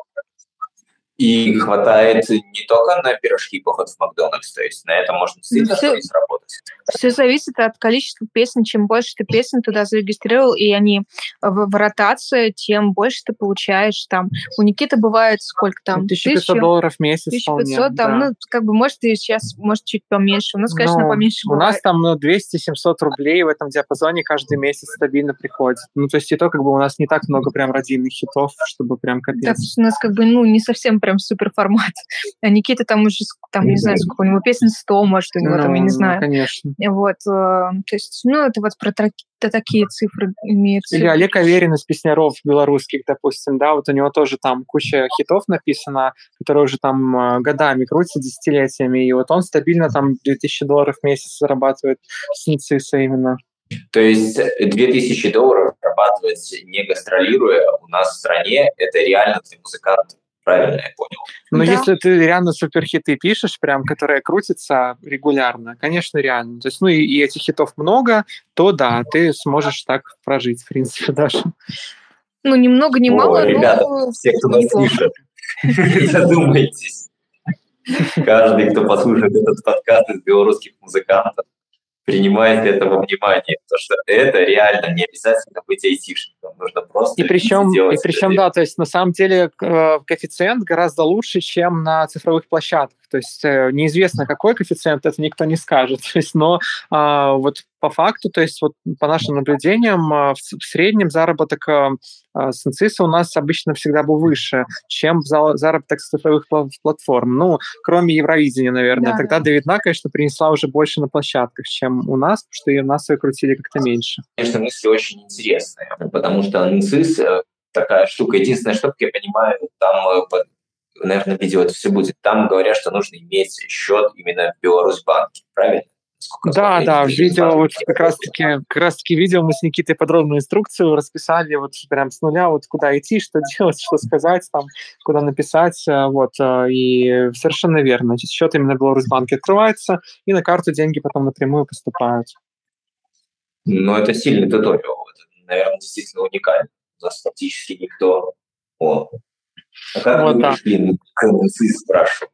И хватает не только на пирожки, поход в Макдональдс, то есть на это можно действительно все, заработать. Все зависит от количества песен. Чем больше ты песен туда зарегистрировал, и они в, в ротации, тем больше ты получаешь. Там у Никиты бывает сколько там? тысяча пятьсот долларов в месяц. тысяча пятьсот, там, да. Ну, как бы, может, и сейчас, может, чуть поменьше. У нас, конечно, ну, поменьше у бывает. У нас там ну, двести-семьсот рублей в этом диапазоне каждый месяц стабильно приходит. Ну, то есть и то, как бы, у нас не так много прям родийных хитов, чтобы прям капец. Так, у нас, как бы, ну, не совсем прям супер формат. А Никита там уже, там, не знаю, сколько у него песен, сто, может, у него ну, там, я не знаю. Конечно. Вот, то есть, ну, это вот про такие цифры имеются. Или Олег Аверин из песняров белорусских, допустим, да, вот у него тоже там куча хитов написано, которые уже там годами крутятся, десятилетиями, и вот он стабильно там две тысячи долларов в месяц зарабатывает с НЦИСа именно. То есть две тысячи долларов зарабатывать не гастролируя у нас в стране, это реально для музыкантов. Правильно я понял. Ну, да. Если ты реально суперхиты пишешь, прям, которые крутятся регулярно, конечно, реально. То есть, ну, и, и этих хитов много, то да, ты сможешь так прожить, в принципе, даже. Ну, ни много, ни мало, ребята, но... все, кто нас слышит, задумайтесь. Каждый, кто послушает этот подкаст из белорусских музыкантов, принимайте это во внимание, потому что это реально не обязательно быть айтишником, нужно просто и причем, делать. И причем, да, то есть на самом деле коэффициент гораздо лучше, чем на цифровых площадках. То есть неизвестно, какой коэффициент, это никто не скажет. То есть, но а, вот по факту, то есть вот по нашим наблюдениям, в, в среднем заработок а, с НЦИСа у нас обычно всегда был выше, чем заработок с цифровых платформ. Ну, кроме Евровидения, наверное. Да, Тогда да. Давидна, конечно, принесла уже больше на площадках, чем у нас, потому что и у нас ее крутили как-то меньше. Конечно, мысли очень интересные, потому что НЦИС такая штука. Единственное, что, как я понимаю, там... наверное, видео это все будет. Там говорят, что нужно иметь счет именно в Беларусьбанке, правильно? Сколько да, да, в видео вот как раз-таки, как раз-таки видео мы с Никитой подробную инструкцию расписали вот прям с нуля, вот куда идти, что делать, что сказать, там, куда написать, вот, и совершенно верно. Счет именно в Беларусьбанке открывается, и на карту деньги потом напрямую поступают. Ну, это сильный туториал, это, наверное, действительно уникально. У нас практически никто... О. А как вот вы так. пришли к НЦИС, спрашиваю?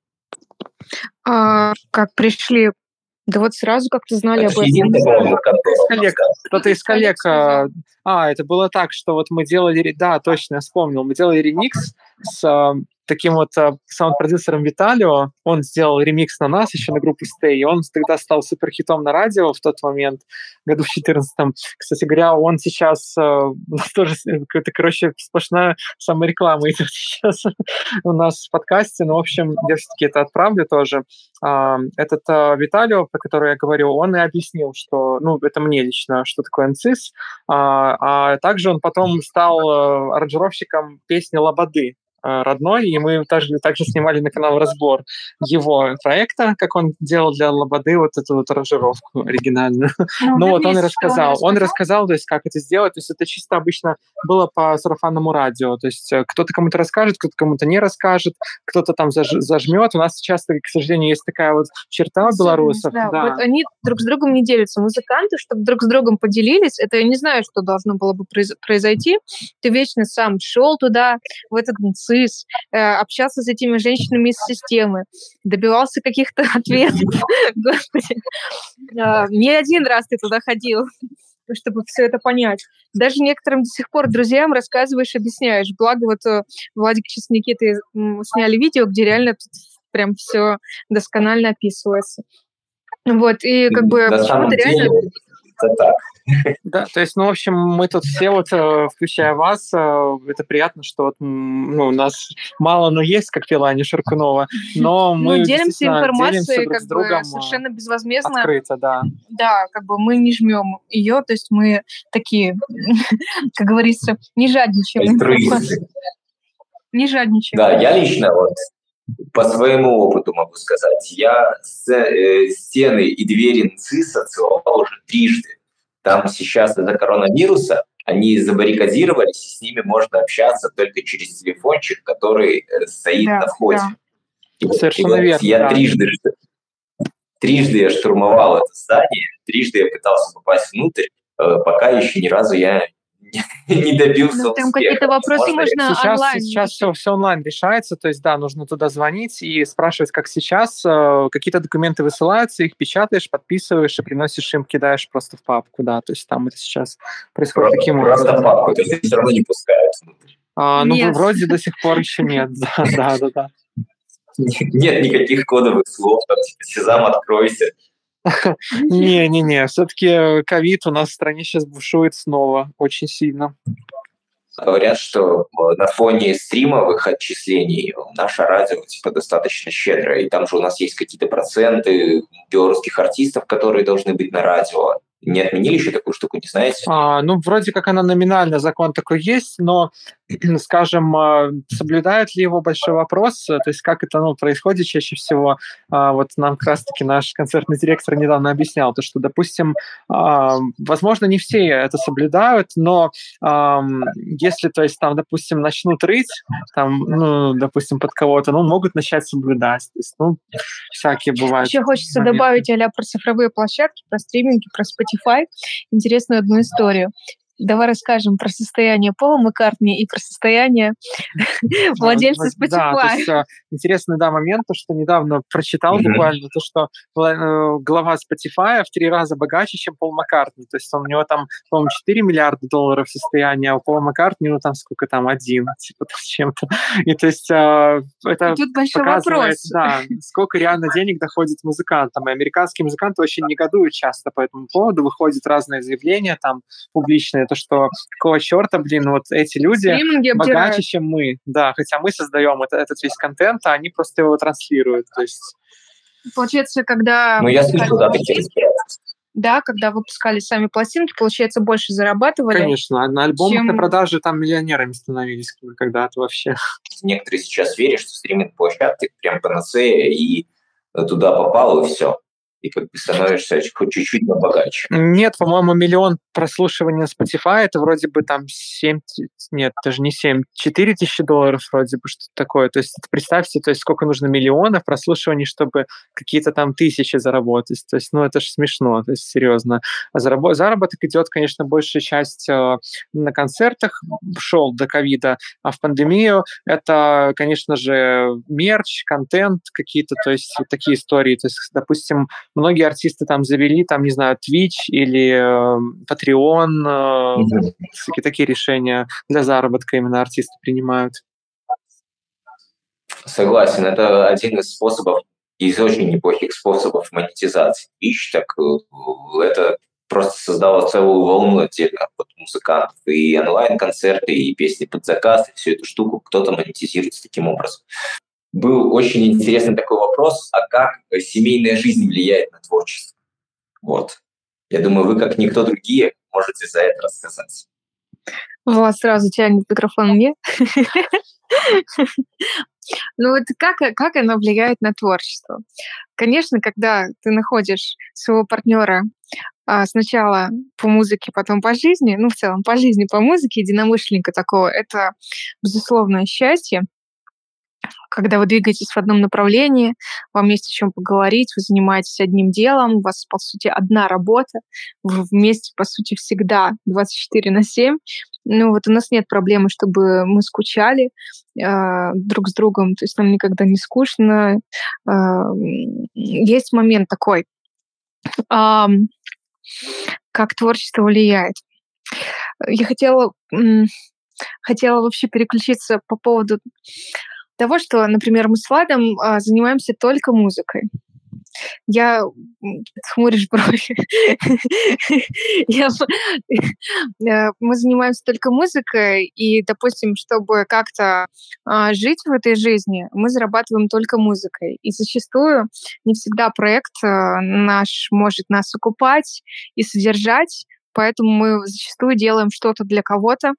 А, как пришли? Да вот сразу как-то знали об этом. Кто-то из коллег, кто-то из коллег а, а, это было так, что вот мы делали, да, точно, я вспомнил, мы делали ремикс с а, таким вот а, саунд-продюсером Виталио, он сделал ремикс на нас, еще на группу Stay, и он тогда стал суперхитом на радио в тот момент, году в четырнадцатом. Кстати говоря, он сейчас а, у нас тоже какая-то, короче, сплошная самореклама идет сейчас у нас в подкасте, но, в общем, я все-таки это отправлю тоже. А, этот а, Виталио, про который я говорил, он и объяснил, что, ну, это мне лично, что такое НЦИС, а, а также он потом стал а, аранжировщиком песни «Лободы». родной, и мы также, также снимали на канал разбор его проекта, как он делал для Лободы вот эту вот аранжировку оригинальную. Ну, ну вот он и рассказал. Он рассказал, то есть как это сделать. То есть это чисто обычно было по сарафанному радио. То есть кто-то кому-то расскажет, кто-то кому-то не расскажет, кто-то там заж, зажмет. У нас часто, к сожалению, есть такая вот черта у белорусов. Да, да. Вот они друг с другом не делятся. Музыканты, чтобы друг с другом поделились, это я не знаю, что должно было бы произойти. Ты вечно сам шел туда, в этот ЦИС, общался с этими женщинами из системы, добивался каких-то ответов. Господи. Не один раз ты туда ходил, чтобы все это понять. Даже некоторым до сих пор друзьям рассказываешь, объясняешь. Благо вот Владик сейчас с Никитой сняли видео, где реально прям все досконально описывается. Вот, и как бы почему-то реально... Это так. Да, то есть, ну, в общем, мы тут все, вот, включая вас, это приятно, что вот, ну, у нас мало, но есть, как пела Аня Шаркунова, но мы ну, делимся информацией друг как с другом бы совершенно безвозмездно. Открыто, да. Да, как бы мы не жмем ее, то есть мы такие, как говорится, не жадничаем. Не жадничаем. Да, я лично вот по своему опыту могу сказать, я стены и двери ЦИСа целовал уже трижды. Там сейчас из-за коронавируса они забаррикадировались, и с ними можно общаться только через телефончик, который стоит да, на входе. Да. И, Совершенно и вот верно. Я да. трижды, трижды я штурмовал это здание, трижды я пытался попасть внутрь, пока еще ни разу я не добился ну, там какие-то вопросы можно, можно сейчас, онлайн. Сейчас все, все онлайн решается, то есть, да, нужно туда звонить и спрашивать, как сейчас. Какие-то документы высылаются, их печатаешь, подписываешь и приносишь им, кидаешь просто в папку, да, то есть там это сейчас происходит просто, таким образом. Просто в папку, то есть все равно не пускают внутрь. А, ну, нет. Вроде до сих пор еще нет, да, да, да, да. Нет никаких кодовых слов, там, типа, «Сезам, откройся». Не-не-не, все-таки ковид у нас в стране сейчас бушует снова очень сильно. Говорят, что на фоне стримовых отчислений наше радио типа достаточно щедрое, и там же у нас есть какие-то проценты белорусских артистов, которые должны быть на радио. Не отменили еще такую штуку, не знаете? А, ну, вроде как она номинально, закон такой есть, но, скажем, соблюдает ли его большой вопрос, то есть как это ну, происходит чаще всего. А, вот нам как раз-таки наш концертный директор недавно объяснял, то, что, допустим, а, возможно, не все это соблюдают, но а, если, то есть, там, допустим, начнут рыть, там, ну, допустим, под кого-то, ну, могут начать соблюдать. То есть, ну, всякие бывают. Еще хочется моменты. добавить а-ля про цифровые площадки, про стриминги, про Spotify. Интересную одну историю. Давай расскажем про состояние Пола Маккартни и про состояние владельца Spotify. Да, то есть интересный да, момент, то, что недавно прочитал mm-hmm. буквально, то, что глава Spotify в три раза богаче, чем Пол Маккартни. То есть он, у него там, по-моему, четыре миллиарда долларов состояния, а у Пола Маккартни, ну, там сколько там, один, типа, с чем-то. И то есть это Тут большой показывает, вопрос. Да, сколько реально денег доходит музыкантам. И американские музыканты очень негодуют часто по этому поводу, выходят разные заявления там публичные, то, что какого черта, блин, вот эти люди богаче, чем мы. Да, хотя мы создаем это, этот весь контент, а они просто его транслируют. То есть... Получается, когда... Ну, я слышал, да, такие Да, когда выпускали сами пластинки, получается, больше зарабатывали. Конечно, на альбомах чем... на продаже там миллионерами становились когда-то вообще. Некоторые сейчас верят, что стриминг-площадки прям панацея, и туда попал, и все. И как бы становишься хоть чуть-чуть, но богаче. Нет, по-моему, миллион прослушиваний на Spotify, это вроде бы там семь, нет, даже не семь, четыре тысячи долларов вроде бы, что-то такое. То есть представьте, то есть сколько нужно миллионов прослушиваний, чтобы какие-то там тысячи заработать. То есть, ну, это же смешно, то есть серьезно. А заработ... заработок идет, конечно, большая часть э, на концертах, шел до ковида, а в пандемию это, конечно же, мерч, контент какие-то, то есть вот такие истории. То есть, допустим, многие артисты там завели, там, не знаю, Twitch или э, Patreon, э, mm-hmm. всякие такие решения для заработка именно артисты принимают. Согласен, это один из способов, из очень неплохих способов монетизации. Twitch, так это просто создало целую волну отдельно под музыкантов. И онлайн-концерты, и песни под заказ, и всю эту штуку кто-то монетизируется таким образом. Был очень интересный такой вопрос, а как семейная жизнь влияет на творчество? Вот. Я думаю, вы, как никто другие, можете за это рассказать. Влад сразу тянет микрофон мне. Ну вот как, как оно влияет на творчество? Конечно, когда ты находишь своего партнера а, сначала по музыке, потом по жизни, ну в целом по жизни, по музыке, единомышленника такого, это безусловное счастье. Когда вы двигаетесь в одном направлении, вам есть о чем поговорить, вы занимаетесь одним делом, у вас, по сути, одна работа, вы вместе, по сути, всегда двадцать четыре на семь. Ну вот у нас нет проблемы, чтобы мы скучали э, друг с другом, то есть нам никогда не скучно. Э, есть момент такой, э, как творчество влияет. Я хотела, м, хотела вообще переключиться по поводу того, что, например, мы с Владом а, занимаемся только музыкой. Я м, хмуришь брови. Я, э, мы занимаемся только музыкой, и, допустим, чтобы как-то а, жить в этой жизни, мы зарабатываем только музыкой. И зачастую не всегда проект а, наш может нас окупать и содержать, поэтому мы зачастую делаем что-то для кого-то,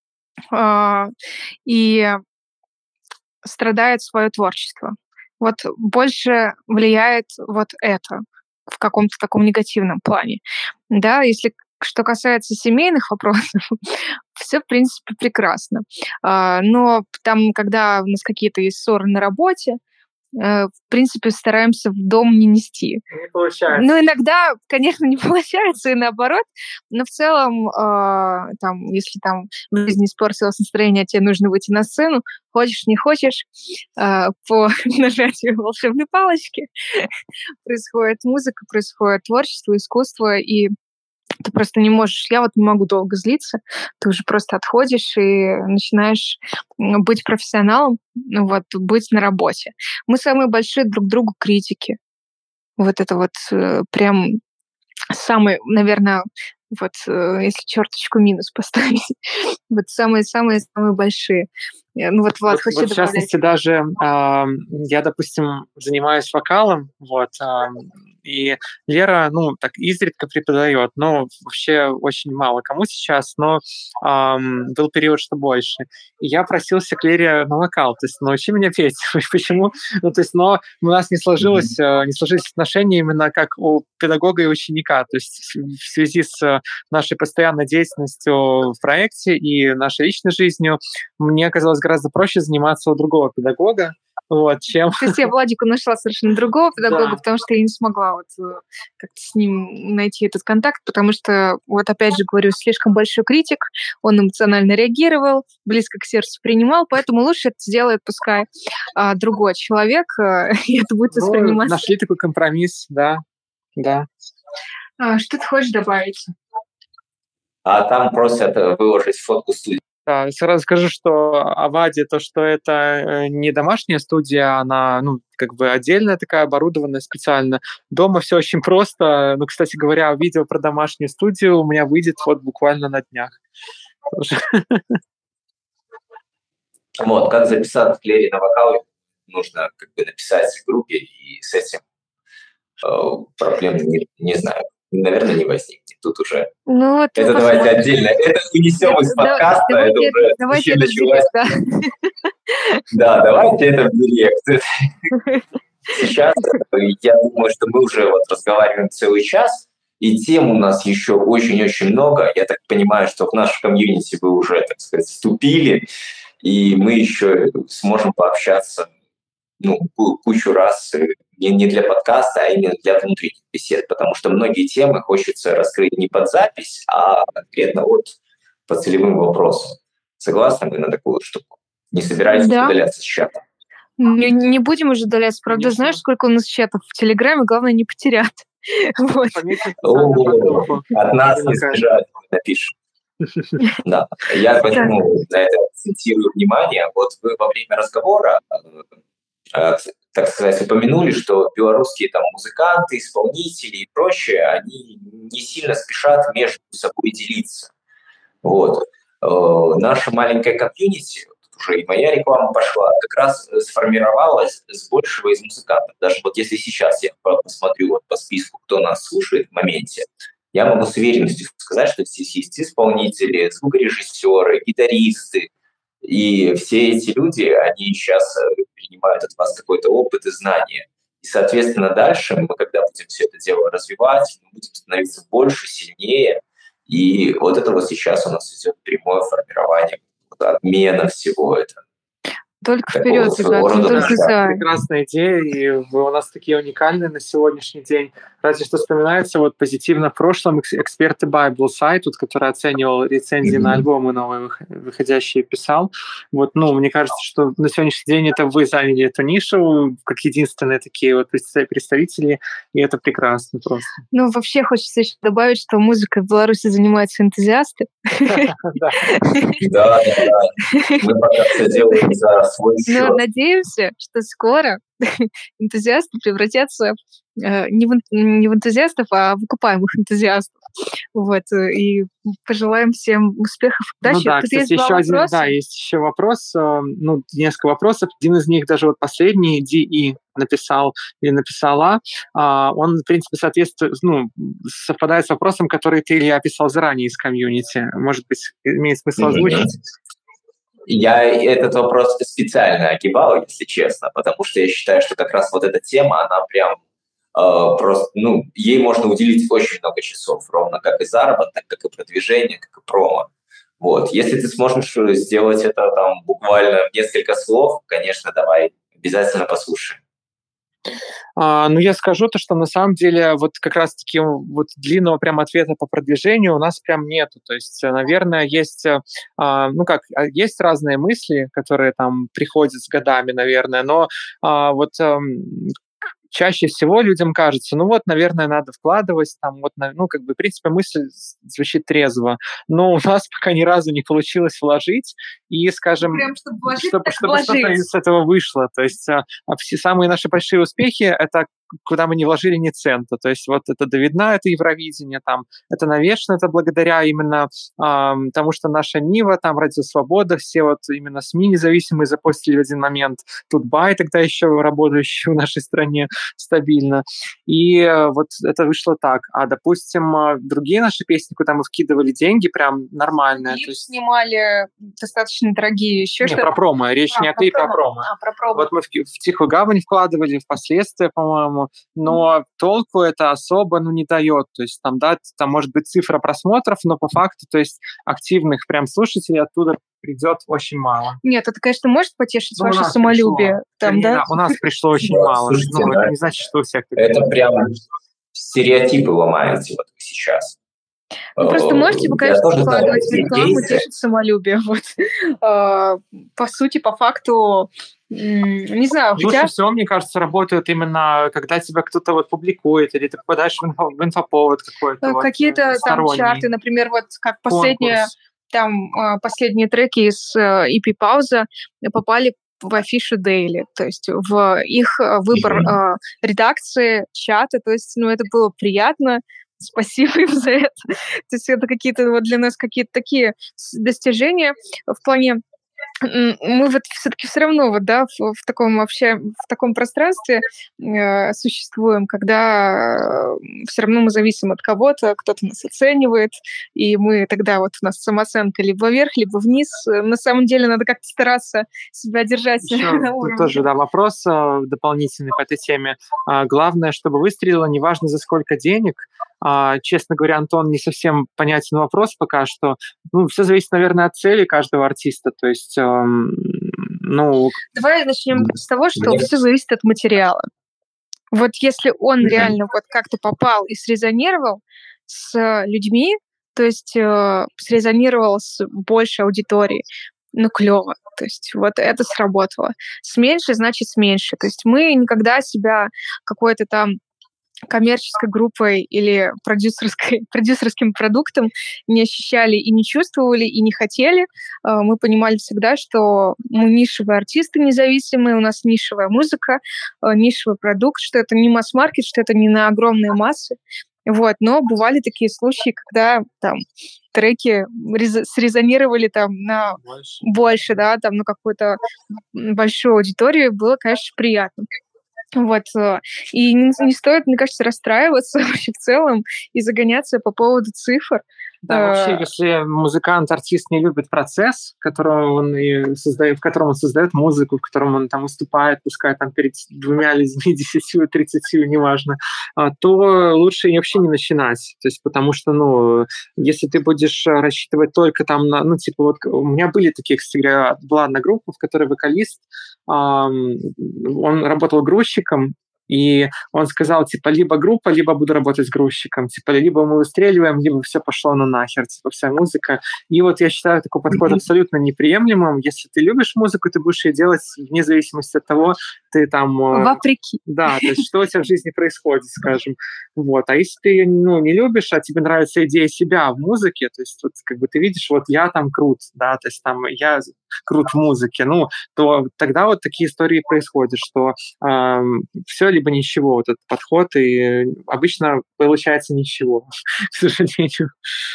а, и страдает свое творчество. Вот больше влияет вот это в каком-то таком негативном плане. Да, если что касается семейных вопросов, все, в принципе, прекрасно. А, Но там, когда у нас какие-то есть ссоры на работе, э, в принципе, стараемся в дом не нести. Не получается. Ну, иногда, конечно, не получается, и наоборот, но в целом, а, там, если там в жизни испортилось настроение, а тебе нужно выйти на сцену, хочешь, не хочешь, а, по нажатию волшебной палочки происходит музыка, происходит творчество, искусство, и ты просто не можешь, я вот не могу долго злиться, ты уже просто отходишь и начинаешь м, быть профессионалом, ну вот, быть на работе. Мы самые большие друг другу критики. Вот это вот э, прям самый, наверное, вот э, если черточку минус поставить, вот самые-самые-самые большие. Э, Ну вот, Влад, Вот, хочу вот в добавить. частности, даже ам, я, допустим, занимаюсь вокалом, вот, ам, и Лера, ну, так изредка преподает, но вообще очень мало кому сейчас, но ам, был период, что больше. И я просился к Лере на вокал, то есть научи меня петь. Почему? Ну, то есть, но у нас не сложилось, э, не сложились отношения именно как у педагога и ученика, то есть в в связи с э, нашей постоянной деятельностью в проекте и нашей личной жизнью мне оказалось гораздо проще заниматься у другого педагога, вот, чем... То есть я Владику нашла совершенно другого педагога, Да. потому что я не смогла вот э, как-то с ним найти этот контакт, потому что, вот опять же говорю, слишком большой критик, он эмоционально реагировал, близко к сердцу принимал, поэтому лучше это сделает пускай а, другой человек, э, и это будет Ну, восприниматься. нашли такой компромисс, да, да. А, что ты хочешь добавить? А там просят э, выложить фотку студии. Да, сразу скажу, что о ВАДе, то, что это э, не домашняя студия, она, ну, как бы отдельная такая, оборудованная специально. Дома все очень просто. Ну, кстати говоря, видео про домашнюю студию у меня выйдет вот буквально на днях. Тоже. Вот, как записаться к Лере на вокал, нужно как бы написать в группе, и с этим э, проблем, не, не знаю, наверное, не возникнет. Тут уже... Ну вот Это посмотрим. давайте отдельно. Это унесем из Да- подкаста, давайте это это- уже давайте еще это в началось. директ, да. Да, давайте это в директ. Сейчас э, я думаю, что мы уже вот разговариваем целый час, и тем у нас еще очень-очень много. Я так понимаю, что в наш комьюнити вы уже, так сказать, вступили, и мы еще сможем пообщаться ну, ку- кучу раз э, не, не для подкаста, а именно для внутренних бесед, потому что многие темы хочется раскрыть не под запись, а конкретно вот по целевым вопросам. Согласны вы на такую штуку? Не собираетесь Да. удаляться с чата? Не, не будем уже удаляться. Правда, Конечно. знаешь, сколько у нас чатов в Телеграме? Главное, не потерять. Вот. Пометьте О, специально по группу. от нас не Такая. сбежать, напишем. Да, я возьму на это акцентирую внимание. Вот вы во время разговора, э, так сказать, упомянули, что белорусские там музыканты, исполнители и прочее, они не сильно спешат между собой делиться. Вот. Э, Наша маленькая комьюнити, тут уже и моя реклама пошла, как раз сформировалась с большего из музыкантов. Даже вот если сейчас я посмотрю вот по списку, кто нас слушает в моменте, я могу с уверенностью сказать, что здесь есть исполнители, звукорежиссеры, гитаристы, и все эти люди, они сейчас принимают от вас какой-то опыт и знания. И, соответственно, дальше мы, когда будем все это дело развивать, мы будем становиться больше, сильнее. И вот это вот сейчас у нас идет прямое формирование обмена всего этого. Только вперед, ребята, только за. Прекрасная идея, и вы у нас такие уникальные на сегодняшний день. Разве что вспоминается вот позитивно в прошлом эксперты Bible сайт, вот, который оценивал рецензии mm-hmm. на альбомы новые выходящие, писал. Вот, ну, мне кажется, что на сегодняшний день это вы заняли эту нишу, как единственные такие вот представители, и это прекрасно просто. Ну, вообще хочется еще добавить, что музыкой в Беларуси занимаются энтузиасты. Да, да, да. Мы пока все делаем за свой счет. Но надеемся, что скоро энтузиасты превратятся э, не, в, не в энтузиастов, а в выкупаемых энтузиастов. Вот, и пожелаем всем успехов, удачи. Ну да, Тут кстати, еще один, да, есть еще вопрос, э, ну, несколько вопросов. Один из них, даже вот последний, Ди И написал или написала, э, он, в принципе, соответствует, ну, совпадает с вопросом, который ты, Илья, писал заранее из комьюнити. Может быть, имеет смысл озвучить? Я этот вопрос специально огибал, если честно, потому что я считаю, что как раз вот эта тема, она прям э, просто, ну, ей можно уделить очень много часов, ровно как и заработок, как и продвижение, как и промо. Вот. Если ты сможешь сделать это там буквально несколько слов, конечно, давай, обязательно послушаем. А, ну, я скажу то, что на самом деле вот как раз-таки вот длинного прям ответа по продвижению у нас прям нету. То есть, наверное, есть, а, ну как, есть разные мысли, которые там приходят с годами, наверное, но а, вот а, чаще всего людям кажется, ну вот, наверное, надо вкладывать, там вот, ну, как бы, в принципе, мысль звучит трезво, но у нас пока ни разу не получилось вложить, и, скажем, прям, чтобы, вложить, чтобы, чтобы что-то из этого вышло. То есть а, все самые наши большие успехи — это куда мы не вложили ни цента. То есть вот это Давидна, это Евровидение, там, это навечно, это благодаря именно а, тому, что наша Нива, там, Радио Свобода, все вот именно СМИ независимые запустили в один момент, Тутбай тогда еще работающий в нашей стране стабильно. И а, вот это вышло так. А, допустим, другие наши песни, куда мы вкидывали деньги, прям нормально. Клип снимали достаточно дорогие еще. Не, про промо. Речь а, не о клипе, а про промо. А, про промо. Вот мы в, в Тихую гавань вкладывали впоследствии, по-моему, но толку это особо, ну, не дает. То есть там, да, там может быть цифра просмотров, но по факту, то есть активных прям слушателей оттуда придет очень мало. Нет, это, конечно, может потешить ну, ваше самолюбие. Там, да? Да, у нас пришло очень мало. Ну, это не значит, что у всех... Это прям стереотипы ломаете вот сейчас. Вы просто можете, вы, конечно, вкладывать в рекламу, тешить самолюбие. Вот. По сути, по факту, не знаю. Лучше хотя... всего, мне кажется, работают именно, когда тебя кто-то вот публикует, или ты попадаешь в, инфо, в инфоповод какой-то. Какие-то вот, там чарты, например, вот как последние, там, последние треки из и пи Пауза попали в афишу Daily, то есть в их выбор mm-hmm. э, редакции, чата, то есть, ну, это было приятно, спасибо им за это. То есть это какие-то вот для нас какие-то такие достижения в плане мы вот все-таки все равно вот, да, в, в таком вообще в таком пространстве э, существуем, когда э, все равно мы зависим от кого-то, кто-то нас оценивает, и мы тогда вот у нас самооценка либо вверх, либо вниз. На самом деле надо как-то стараться себя держать Еще на уровне. Тоже, да, вопрос э, дополнительный по этой теме. А, главное, чтобы выстрелило, неважно за сколько денег. А, честно говоря, Антон, не совсем понятен вопрос пока что. Ну, все зависит, наверное, от цели каждого артиста. То есть, эм, ну... Давай начнем с того, что Мне... все зависит от материала. Вот если он mm-hmm. реально вот как-то попал и срезонировал с людьми, то есть э, срезонировал с большей аудиторией, ну, клево. То есть вот это сработало. С меньше значит с меньше. То есть мы никогда себя какой-то там коммерческой группой или продюсерской, продюсерским продуктом не ощущали и не чувствовали, и не хотели. Мы понимали всегда, что мы нишевые артисты независимые, у нас нишевая музыка, нишевый продукт, что это не масс-маркет, что это не на огромные массы. Вот. Но бывали такие случаи, когда там треки рез- срезонировали там на больше, больше, да, там на какую-то большую аудиторию. Было, конечно, приятно. Вот, э, и не не стоит, мне кажется, расстраиваться вообще в целом и загоняться по поводу цифр. Да, вообще, Э, если музыкант, артист не любит процесс, которого он и создаёт, в котором он создает музыку, в котором он там выступает, пускай там перед двумя людьми, десятью, тридцатью, неважно, а, то лучше и вообще не начинать. То есть потому что, ну, если ты будешь э, рассчитывать только там на, ну, типа вот к у меня были такие, кстати говоря, была одна группа, в которой вокалист, ам, он работал грузчиком, и он сказал, типа, либо группа, либо буду работать с грузчиком. Типа, либо мы выстреливаем, либо все пошло ну нахер, типа, вся музыка. И вот я считаю такой подход Мгм. абсолютно неприемлемым. Если ты любишь музыку, ты будешь ее делать вне зависимости от того, ты там, э, Вопреки. да, то есть что у тебя в жизни происходит, скажем. Вот. А если ты её, ну, не любишь, а тебе нравится идея себя в музыке, то есть вот как бы ты видишь, вот я там крут, да, то есть там я крут в музыке, ну, то тогда вот такие истории происходят, что все либо ничего, вот этот подход, и обычно получается ничего, к сожалению.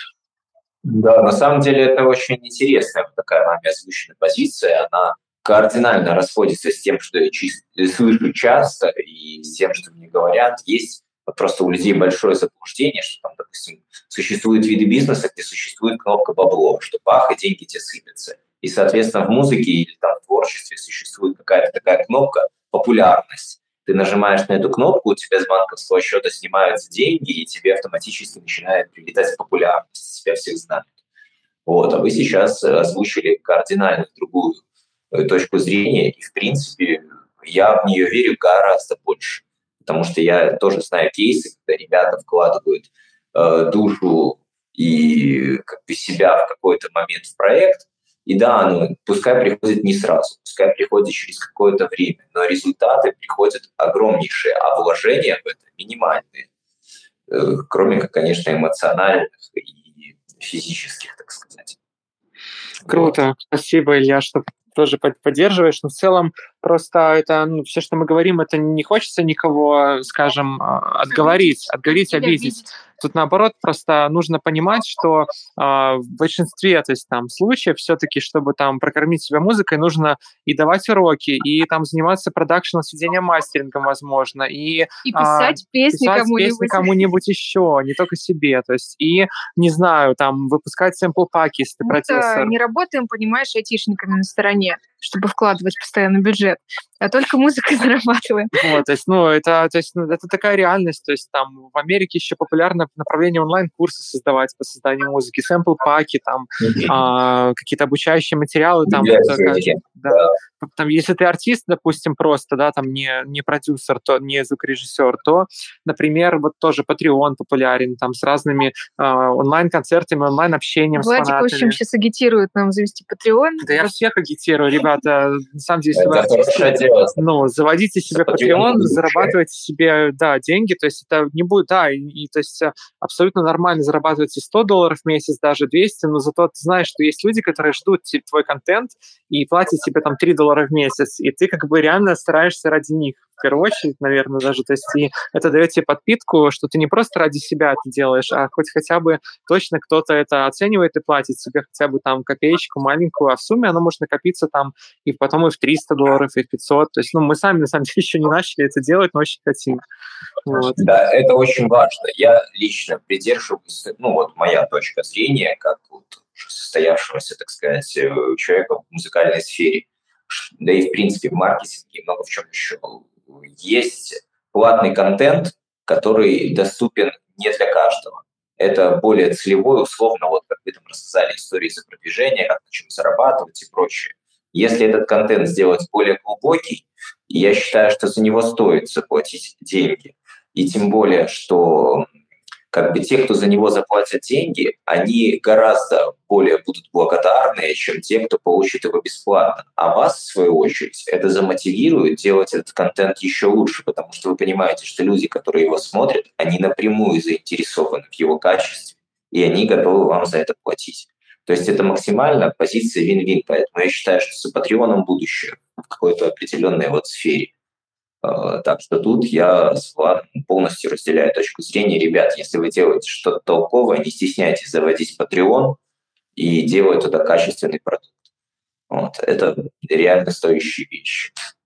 Да, на самом деле это очень интересная вот такая вами озвученная позиция. Она кардинально расходится с тем, что я чис- э, слышу часто, и с тем, что мне говорят. Есть вот просто у людей большое заблуждение, что там, допустим, существуют виды бизнеса, где существует кнопка бабло, что бах, и деньги тебе сыпятся. И, соответственно, в музыке или там в творчестве существует какая-то такая кнопка популярность. Ты нажимаешь на эту кнопку, у тебя с банковского счета снимаются деньги, и тебе автоматически начинает прилетать популярность, тебя всех знают. Вот, а вы сейчас э, озвучили кардинально другую э, точку зрения, и, в принципе, я в нее верю гораздо больше, потому что я тоже знаю кейсы, когда ребята вкладывают э, душу и как бы себя в какой-то момент в проект, и да, ну, пускай приходит не сразу, пускай приходит через какое-то время, но результаты приходят огромнейшие, а вложения в это минимальные, э, кроме как, конечно, эмоциональных и физических, так сказать. Вот. Круто. Спасибо, Илья, что тоже под поддерживаешь. Но в целом просто это, ну, всё, что мы говорим, это не хочется никого, скажем, а, отговорить, отговорить, Или обидеть. обидеть. Тут наоборот просто нужно понимать, что, а, в большинстве, то есть там случаев всё-таки, чтобы там прокормить себя музыкой, нужно и давать уроки, и там заниматься продакшеном, сведением, мастерингом, возможно, и, И а, писать песни писать песни кому-нибудь. кому-нибудь еще, не только себе. То есть и, не знаю, там выпускать сэмпл-паки, если ты Мы-то продюсер. не работаем, понимаешь, айтишниками на стороне, чтобы вкладывать постоянно бюджет, а только музыкой зарабатываем. Вот, то есть, ну, это, то есть, ну, это такая реальность. То есть там в Америке еще популярно направление онлайн-курсы создавать по созданию музыки, сэмпл-паки, там, Мгм. а, какие-то обучающие материалы, там, вот, э, ка Библиотеки. да. Да. Там, если ты артист, допустим, просто, да, там не не продюсер, то не звукорежиссер, то, например, вот тоже Patreon популярен, там, с разными, а, онлайн-концертами, онлайн-общением с Владик, в общем, фанатами. щас агитирует нам завести Patreon. Да я Вот. всех агитирую, ребята. На самом деле, если вы Это артисты, хорошее дело. ну, заводите За себе Patreon Patreon, будущее. зарабатывайте себе, да, деньги. То есть это не будет, да, и, и то есть э, абсолютно нормально зарабатывать и сто долларов в месяц, даже двести, но зато ты знаешь, что есть люди, которые ждут те- твой контент и платят тебе там три доллара в месяц, и ты как бы реально стараешься ради них. В первую очередь, наверное, даже. То есть и это дает тебе подпитку, что ты не просто ради себя это делаешь, а хоть хотя бы точно кто-то это оценивает и платит тебе хотя бы там копеечку маленькую, а в сумме оно может накопиться там и потом и в триста долларов, и в пятьсот. То есть, ну, мы сами, на самом деле, еще не начали это делать, но очень хотим. Вот. Да, это очень важно. Я лично придерживаюсь, ну вот моя точка зрения, как вот уже состоявшегося, так сказать, э, человека в музыкальной сфере, ш- да и в принципе в маркетинге, и много в чем еще. Есть платный контент, который доступен не для каждого. Это более целевой, условно, вот как вы там рассказали истории за продвижение, как на чем зарабатывать и прочее. Если этот контент сделать более глубокий, я считаю, что за него стоит заплатить деньги. И тем более, что как бы те, кто за него заплатят деньги, они гораздо более будут благодарны, чем те, кто получит его бесплатно. А вас, в свою очередь, это замотивирует делать этот контент еще лучше, потому что вы понимаете, что люди, которые его смотрят, они напрямую заинтересованы в его качестве, и они готовы вам за это платить. То есть это максимально позиция вин-вин, поэтому я считаю, что за Патреоном будущее в какой-то определенной вот сфере. Э, Так что тут я с Владом полностью разделяю точку зрения. Ребят, если вы делаете что-то толковое, не стесняйтесь заводить Patreon и делать туда качественный продукт. Вот. Это реально стоящие вещи.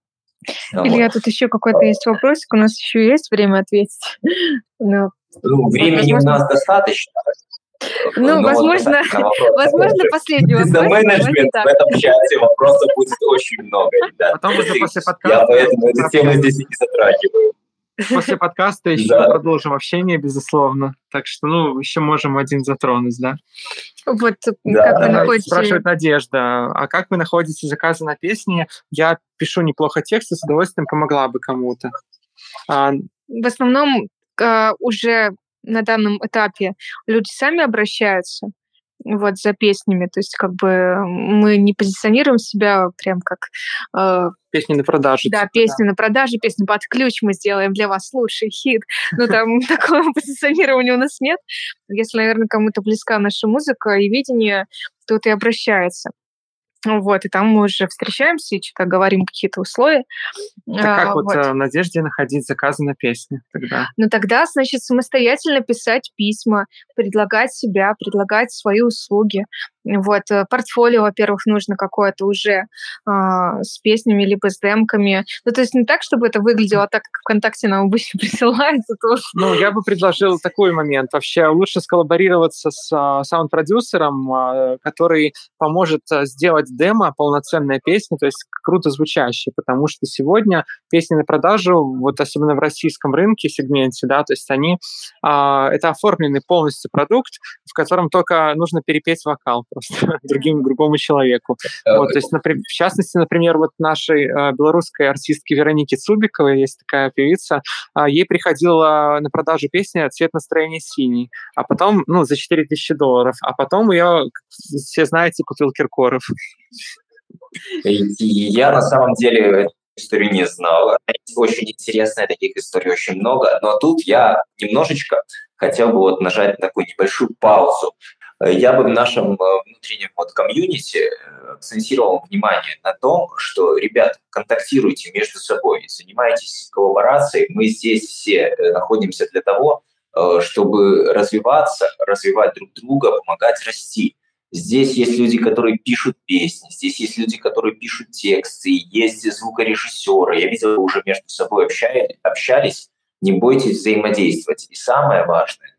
Илья, Вот. тут еще какой-то есть вопросик, у нас еще есть время ответить. Но, Ну, вот, времени у возможно, нас достаточно, ну, но вот возможно, касательно вопроса, опять возможно, же, последний за вопрос, давайте менеджмент в так. этом чате вопросов будет очень много, ребят. Потом уже Если- после Я подкаста поэтому эту тему пообщаемся. здесь и не затрагиваю. После подкаста еще Да. продолжим общение, безусловно. Так что, ну, еще можем один затронуть, да? Вот, Да, как вы давай. находите... Спрашивает Надежда, а как вы находите заказы на песни? Я пишу неплохо тексты, с удовольствием помогла бы кому-то. А, В основном а, уже на данном этапе люди сами обращаются вот за песнями, то есть как бы мы не позиционируем себя прям как э, песни на продажу. да, типа, песни на продажу, песни под ключ, мы сделаем для вас лучший хит. Ну, там такого позиционирования у нас нет. Если, наверное, кому-то близка наша музыка и видение, тот и обращается. Вот, и там мы уже встречаемся и что-то говорим какие-то условия. Так А, как вот вот. э, Надежде находить заказы на песни тогда? Ну, тогда, значит, самостоятельно писать письма, предлагать себя, предлагать свои услуги. Вот, э, портфолио, во-первых, нужно какое-то уже а, с песнями либо с демками. Ну, то есть не так, чтобы это выглядело так, как ВКонтакте нам обычно присылается. То... Ну, я бы предложил такой момент. Вообще лучше сколлаборироваться с а, саунд-продюсером, а, который поможет а, сделать демо, полноценная песня, то есть круто звучащая, потому что сегодня песни на продажу, вот особенно в российском рынке, сегменте, да, то есть они, а, это оформленный полностью продукт, в котором только нужно перепеть вокал просто другим, другому человеку. Вот, то есть, например, в частности, например, вот нашей э, белорусской артистке Веронике Цубиковой, есть такая певица, э, ей приходила на продажу песня «Цвет настроения синий», а потом, ну, за четыре тысячи долларов, а потом ее, все знаете, купил Киркоров. И я на самом деле эту историю не знал. Очень интересная, таких историй очень много, но тут я немножечко хотел бы вот нажать на такую небольшую паузу. Я бы в нашем внутреннем вот комьюнити акцентировал внимание на том, что, ребят, контактируйте между собой, занимайтесь коллаборацией. Мы здесь все находимся для того, чтобы развиваться, развивать друг друга, помогать расти. Здесь есть люди, которые пишут песни, здесь есть люди, которые пишут тексты, есть звукорежиссеры. Я видел, вы уже между собой общались, общались. Не бойтесь взаимодействовать. И самое важное,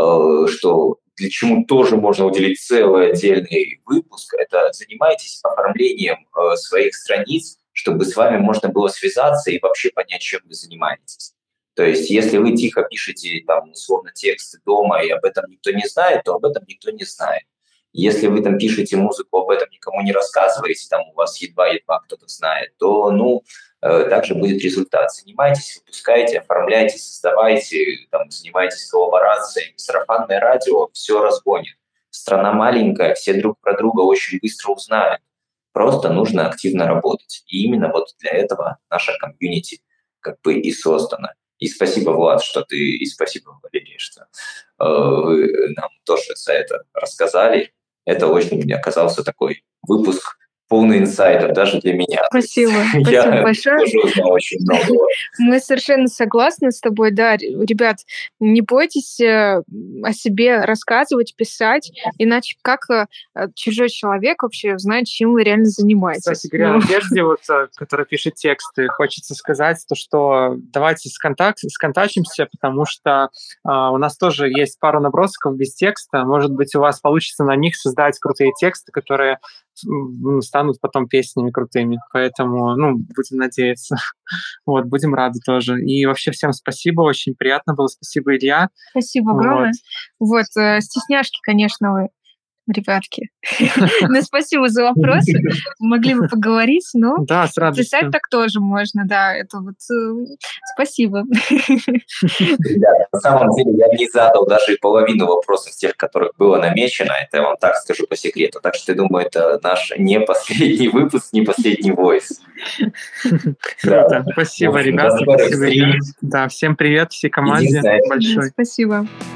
что для чему тоже можно уделить целый отдельный выпуск, это занимайтесь оформлением своих страниц, чтобы с вами можно было связаться и вообще понять, чем вы занимаетесь. То есть если вы тихо пишете, там, условно, тексты дома, и об этом никто не знает, то об этом никто не знает. Если вы там пишете музыку, об этом никому не рассказываете, там у вас едва-едва кто-то знает, то, ну, э, также будет результат. Занимайтесь, выпускайте, оформляйте, создавайте, там, занимайтесь коллаборацией. Сарафанное радио все разгонит. Страна маленькая, все друг про друга очень быстро узнают. Просто нужно активно работать. И именно вот для этого наша комьюнити как бы и создана. И спасибо, Влад, что ты, и спасибо, Валерий, что э, вы нам тоже за это рассказали. Это очень оказался такой выпуск, полный инсайдер даже для меня. Спасибо, спасибо Я большое. тоже узнал очень много. Мы совершенно согласны с тобой, да, ребят, не бойтесь о себе рассказывать, писать, иначе как чужой человек вообще узнает, чем вы реально занимаетесь. Кстати говоря, Ну. Надежде, вот, которая пишет тексты, хочется сказать то, что давайте сконтакт, сконтачимся, потому что а, у нас тоже есть пара набросков без текста. Может быть, у вас получится на них создать крутые тексты, которые ну, станут потом песнями крутыми. Поэтому, ну, будем надеяться. Вот, будем рады тоже. И вообще всем спасибо, очень приятно было. Спасибо, Илья. Спасибо огромное. Вот, вот э, стесняшки, конечно, вы, ребятки. Ну, спасибо за вопросы. Могли бы поговорить, но да, с радостью. Писать так тоже можно, да. Это вот спасибо. Ребята, на самом деле я не задал даже половину вопросов тех, которых было намечено. Это я вам так скажу по секрету. Так что я думаю, это наш не последний выпуск, не последний войс. Круто. Спасибо, ребята. Да, всем привет, всей команде большой. Спасибо.